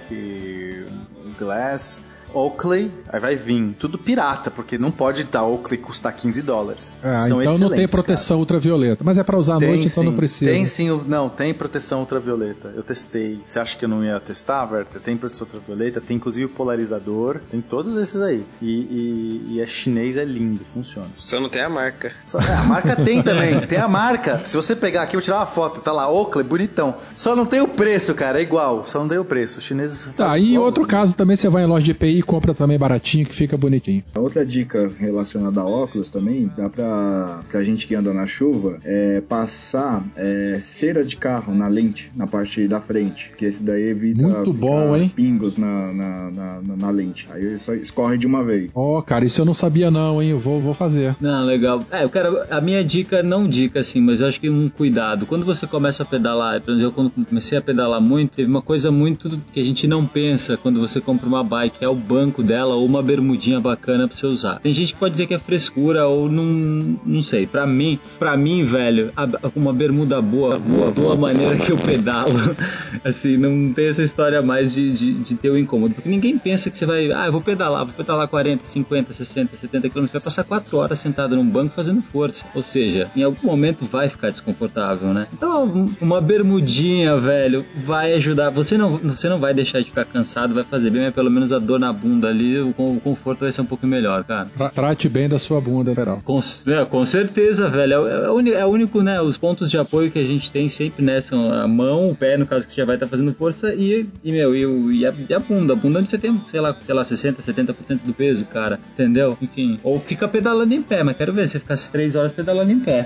Bike Glass Oakley, aí vai vir tudo pirata, porque não pode dar Oakley custar quinze dólares. Ah, São então não tem proteção cara. ultravioleta. Mas é pra usar à tem, noite, sim. então não precisa. Tem sim, não, tem proteção ultravioleta. Eu testei. Você acha que eu não ia testar, Werther? Tem proteção ultravioleta, tem inclusive o polarizador, tem todos esses aí. E, e, e é chinês, é lindo, funciona. Só não tem a marca. Só, é, a marca tem também, tem a marca. Se você pegar aqui, eu vou tirar uma foto, tá lá, Oakley, bonitão. Só não tem o preço, cara, é igual. Só não tem o preço. Os chineses Tá, e outro caso também, você vai em loja de E P I e compra também baratinho, que fica bonitinho. Outra dica relacionada a óculos também, dá pra, pra gente que anda na chuva, é passar é, cera de carro na lente, na parte da frente, que esse daí evita muito bom, hein? pingos na, na, na, na lente. Aí ele só escorre de uma vez. Ó, oh, cara, isso eu não sabia não, hein? Eu vou, vou fazer. Não, legal. É, eu quero, a minha dica, não dica assim, mas eu acho que um cuidado. Quando você começa a pedalar, por exemplo, eu quando comecei a pedalar muito, teve uma coisa muito que a gente não pensa quando você compra uma bike, é o banco dela ou uma bermudinha bacana pra você usar. Tem gente que pode dizer que é frescura ou não, não sei. Pra mim, pra mim, velho, a, uma bermuda boa, boa, boa maneira que eu pedalo, assim, não tem essa história mais de, de, de ter o incômodo. Porque ninguém pensa que você vai, ah, eu vou pedalar, vou pedalar quarenta, cinquenta, sessenta, setenta quilômetros, vai passar quatro horas sentado num banco fazendo força. Ou seja, em algum momento vai ficar desconfortável, né? Então, uma bermudinha, velho, vai ajudar. Você não, você não vai deixar de ficar cansado, vai fazer bem, mas pelo menos a dor na bunda ali, o, o conforto vai ser um pouco melhor, cara. Trate bem da sua bunda, Peral. Com, é, com certeza, velho. É, é, o, é o único, né? Os pontos de apoio que a gente tem sempre, né? São a mão, o pé, no caso que você já vai estar fazendo força, e, e meu, e, e, a, e a bunda. A bunda onde você tem, sei lá, sei lá, sessenta, setenta por cento do peso, cara. Entendeu? Enfim. Ou fica pedalando em pé, mas quero ver você ficar três horas pedalando em pé.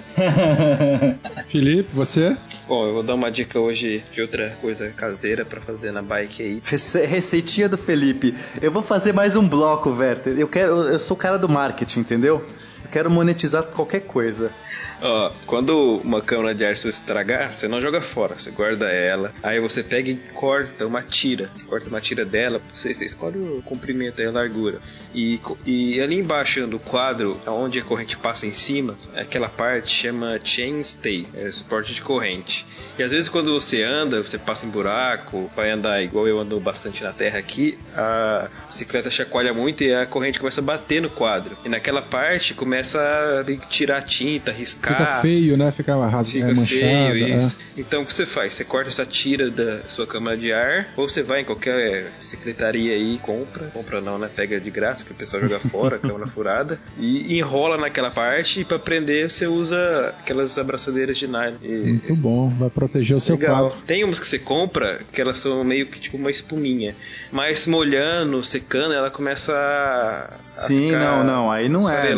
Felipe, você? Bom, eu vou dar uma dica hoje de outra coisa caseira pra fazer na bike aí. Rece- receitinha do Felipe. Eu vou fazer mais um bloco, Werther. Eu quero, eu sou o cara do marketing, entendeu? Eu quero monetizar qualquer coisa. Ó, quando uma câmara de ar se estragar, você não joga fora, você guarda ela. Aí você pega e corta uma tira. Você corta uma tira dela, você, você escolhe o comprimento e a largura. E, e ali embaixo do quadro, onde a corrente passa em cima, aquela parte chama chainstay, é suporte de corrente. E às vezes quando você anda, você passa em buraco, vai andar igual eu ando bastante na terra aqui, a bicicleta chacoalha muito e a corrente começa a bater no quadro. E naquela parte começa a tirar tinta, riscar. Fica feio, né? Fica, ras... Fica é, manchado. feio, isso. É. Então o que você faz? Você corta essa tira da sua câmara de ar, ou você vai em qualquer bicicletaria aí e compra. Compra não, né? Pega de graça, que o pessoal joga fora, a câmara furada. E enrola naquela parte, e pra prender você usa aquelas abraçadeiras de nylon. E, Muito esse... bom, vai proteger o seu Legal. quadro. Tem umas que você compra que elas são meio que tipo uma espuminha, mas molhando, secando, ela começa a Sim, ficar não, não, aí não é, não é, não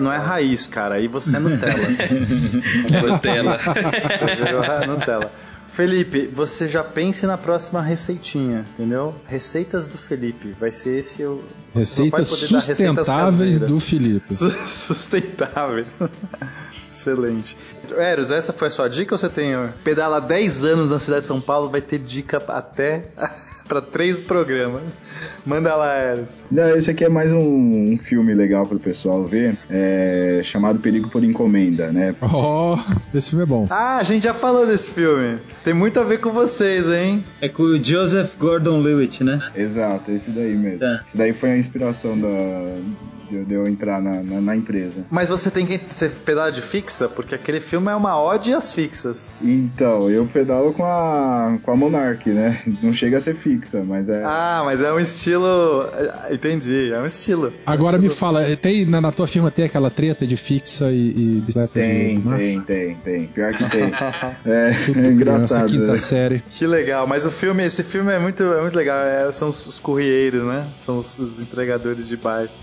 não é raiz, cara. Aí você é Nutella. Nutella. Você virou Nutella. Felipe, você já pense na próxima receitinha, entendeu? Receitas do Felipe. Vai ser esse o... Receitas sustentáveis do Felipe. Sustentáveis. Excelente. Eros, essa foi a sua dica ou você tem... Pedala dez anos na cidade de São Paulo, vai ter dica até... para três programas. Manda lá, Eros. Não, esse aqui é mais um, um filme legal pro pessoal ver, é, chamado Perigo por Encomenda, né? Oh, esse filme é bom. Ah, a gente já falou desse filme. Tem muito a ver com vocês, hein? É com o Joseph Gordon-Levitt, né? Exato, esse daí mesmo. Tá. Esse daí foi a inspiração da... de eu entrar na, na, na empresa. Mas você tem que ser pedala de fixa? Porque aquele filme é uma ode às fixas. Então, eu pedalo com a, com a Monarch, né? Não chega a ser fixa, mas é... Ah, mas é um estilo... Entendi, é um estilo. Agora é um me estilo... fala, tem, na, na tua firma tem aquela treta de fixa e, e bicicleta? Tem, de, tem, tem, tem. Pior que tem. É, é engraçado. Quinta né? série. Que legal, mas o filme, esse filme é muito, é muito legal. É, são os, os corrieiros, né? São os, os entregadores de bike.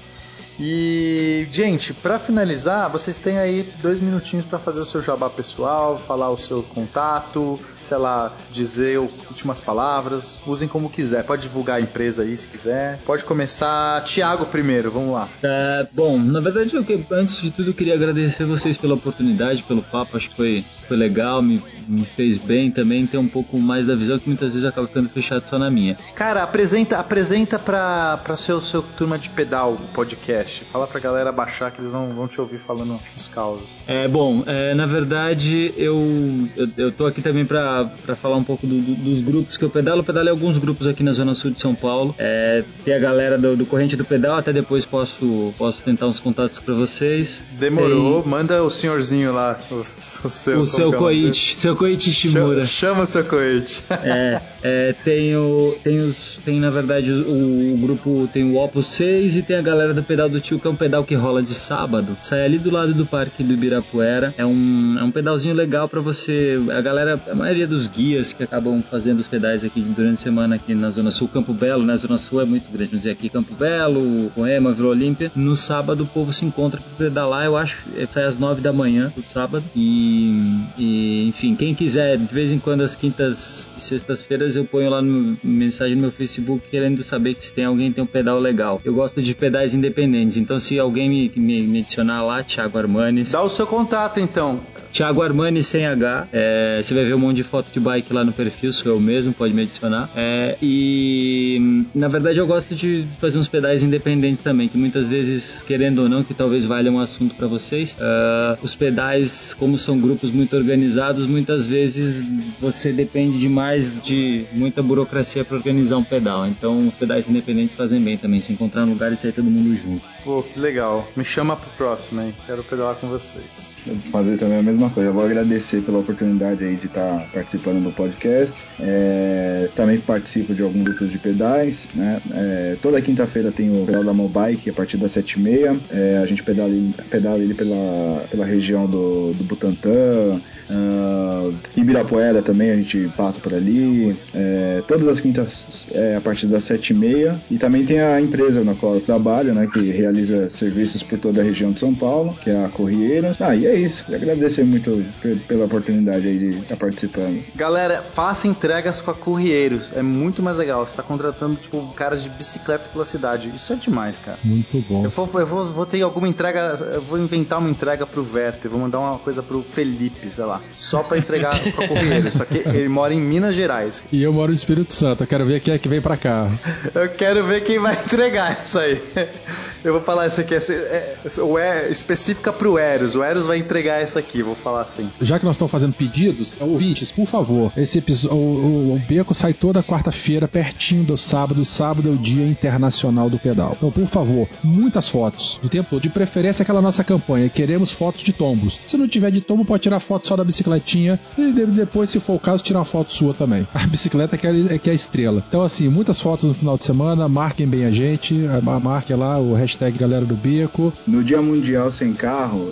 E, gente, pra finalizar, vocês têm aí dois minutinhos pra fazer o seu jabá pessoal, falar o seu contato, sei lá, dizer últimas palavras, usem como quiser, pode divulgar a empresa aí se quiser. Pode começar, Thiago primeiro, vamos lá. É, bom, na verdade, eu, antes de tudo, eu queria agradecer vocês pela oportunidade, pelo papo, acho que foi, foi legal, me, me fez bem também ter um pouco mais da visão, que muitas vezes acaba ficando fechado só na minha. Cara, apresenta, apresenta pra, pra seu, seu turma de pedal o podcast. Fala pra galera baixar que eles vão, vão te ouvir falando os causos. É, bom, é, na verdade eu, eu, eu tô aqui também pra, pra falar um pouco do, do, dos grupos que eu pedalo. Eu pedalo em alguns grupos aqui na Zona Sul de São Paulo. É, tem a galera do, do Corrente do Pedal, até depois posso, posso tentar uns contatos pra vocês. Demorou, tem... manda o senhorzinho lá, o, o seu... O seu Koichi, seu Koichi Shimura. Chama, chama o seu Koichi. É, é, tem, o, tem, os, tem na verdade o, o grupo, tem o Opus seis e tem a galera do Pedal do Tio, que é um pedal que rola de sábado, sai ali do lado do Parque do Ibirapuera. É um, é um pedalzinho legal pra você, a galera, a maioria dos guias que acabam fazendo os pedais aqui durante a semana aqui na Zona Sul, Campo Belo, né? A Zona Sul é muito grande, mas é aqui Campo Belo, Poema, Vila Olímpia. No sábado o povo se encontra pra pedalar, eu acho, sai às nove da manhã, todo sábado. E, e enfim, quem quiser, de vez em quando, às quintas e sextas-feiras, eu ponho lá no mensagem no meu Facebook querendo saber que se tem alguém que tem um pedal legal. Eu gosto de pedais independentes, então se alguém me, me, me adicionar lá, Thiago Armani. Dá o seu contato então. Thiago Armani sem H. É, você vai ver um monte de foto de bike lá no perfil, sou eu mesmo, pode me adicionar. É, e na verdade eu gosto de fazer uns pedais independentes também, que muitas vezes, querendo ou não, que talvez valha um assunto para vocês. Uh, os pedais, como são grupos muito organizados, muitas vezes você depende demais de muita burocracia para organizar um pedal. Então os pedais independentes fazem bem também, se encontrar um lugar e sair todo mundo junto. Pô, que legal. Me chama pro próximo, hein? Quero pedalar com vocês. Eu vou fazer também a mesma coisa. Eu vou agradecer pela oportunidade aí de estar participando do podcast. É, também participo de alguns grupos de pedais, né? É, toda quinta-feira tem o pedal da Mobike a partir das sete e meia. É, a gente pedala, pedala ele pela, pela região do, do Butantã, uh, Ibirapuera também a gente passa por ali. É, todas as quintas é, a partir das sete e meia. E também tem a empresa na qual eu trabalho, né? Que realiza serviços por toda a região de São Paulo, que é a Corrieiros. Ah, e é isso. Eu agradecer muito pela oportunidade aí de estar participando. Galera, faça entregas com a Corrieiros. É muito mais legal. Você tá contratando, tipo, caras de bicicleta pela cidade. Isso é demais, cara. Muito bom. Eu vou, eu vou, vou ter alguma entrega, eu vou inventar uma entrega pro Werther, vou mandar uma coisa pro Felipe, sei lá. Só pra entregar com a Corrieiros. Só que ele mora em Minas Gerais. E eu moro no Espírito Santo. Eu quero ver quem é que vem pra cá. Eu quero ver quem vai entregar isso aí. Eu vou falar isso aqui, é, é, é específica pro Eros. O Eros vai entregar essa aqui, vou falar assim. Já que nós estamos fazendo pedidos, ouvintes, por favor, esse episódio, o, o, o Beco sai toda quarta-feira, pertinho do sábado, e sábado é o Dia Internacional do Pedal. Então, por favor, muitas fotos, do tempo todo, de preferência aquela nossa campanha, queremos fotos de tombos. Se não tiver de tombo, pode tirar foto só da bicicletinha, e depois, se for o caso, tirar uma foto sua também. A bicicleta que é, que é a estrela. Então, assim, muitas fotos no final de semana, marquem bem a gente, marquem lá o hashtag Galera do Beco. No Dia Mundial Sem Carro,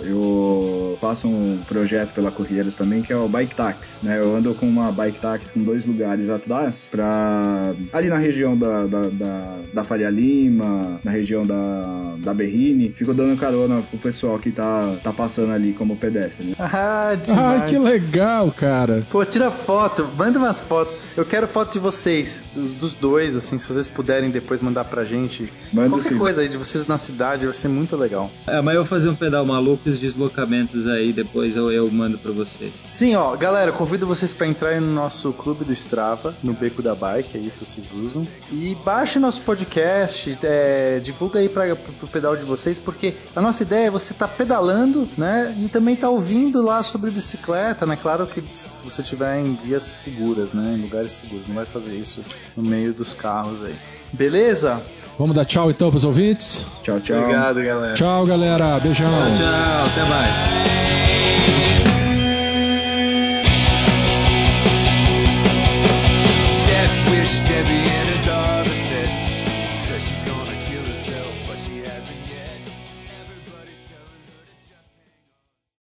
eu faço um projeto pela Corrieiros também, que é o Bike Taxi, né? Eu ando com uma Bike Taxi com dois lugares atrás, pra... ali na região da, da, da, da Faria Lima, na região da, da Berrine, fico dando carona pro pessoal que tá, tá passando ali como pedestre, né? Ah, demais. Ai, que legal, cara. Pô, tira foto, manda umas fotos. Eu quero foto de vocês, dos, dos dois, assim, se vocês puderem depois mandar pra gente. Manda qualquer sim. coisa aí de vocês na cidade, vai ser muito legal. É, mas eu vou fazer um pedal maluco e os deslocamentos aí, depois eu, eu mando pra vocês. Sim, ó, galera, convido vocês pra entrarem no nosso clube do Strava, no Beco da Bike, é isso vocês usam. E baixe nosso podcast, é, divulga aí pra, pro pedal de vocês, porque a nossa ideia é você tá pedalando, né, e também tá ouvindo lá sobre bicicleta, né, claro que se você tiver em vias seguras, né, em lugares seguros, não vai fazer isso no meio dos carros aí. Beleza? Vamos dar tchau então pros ouvintes? Tchau, tchau. Obrigado, galera. Tchau, galera. Beijão. Tchau, tchau. Até mais.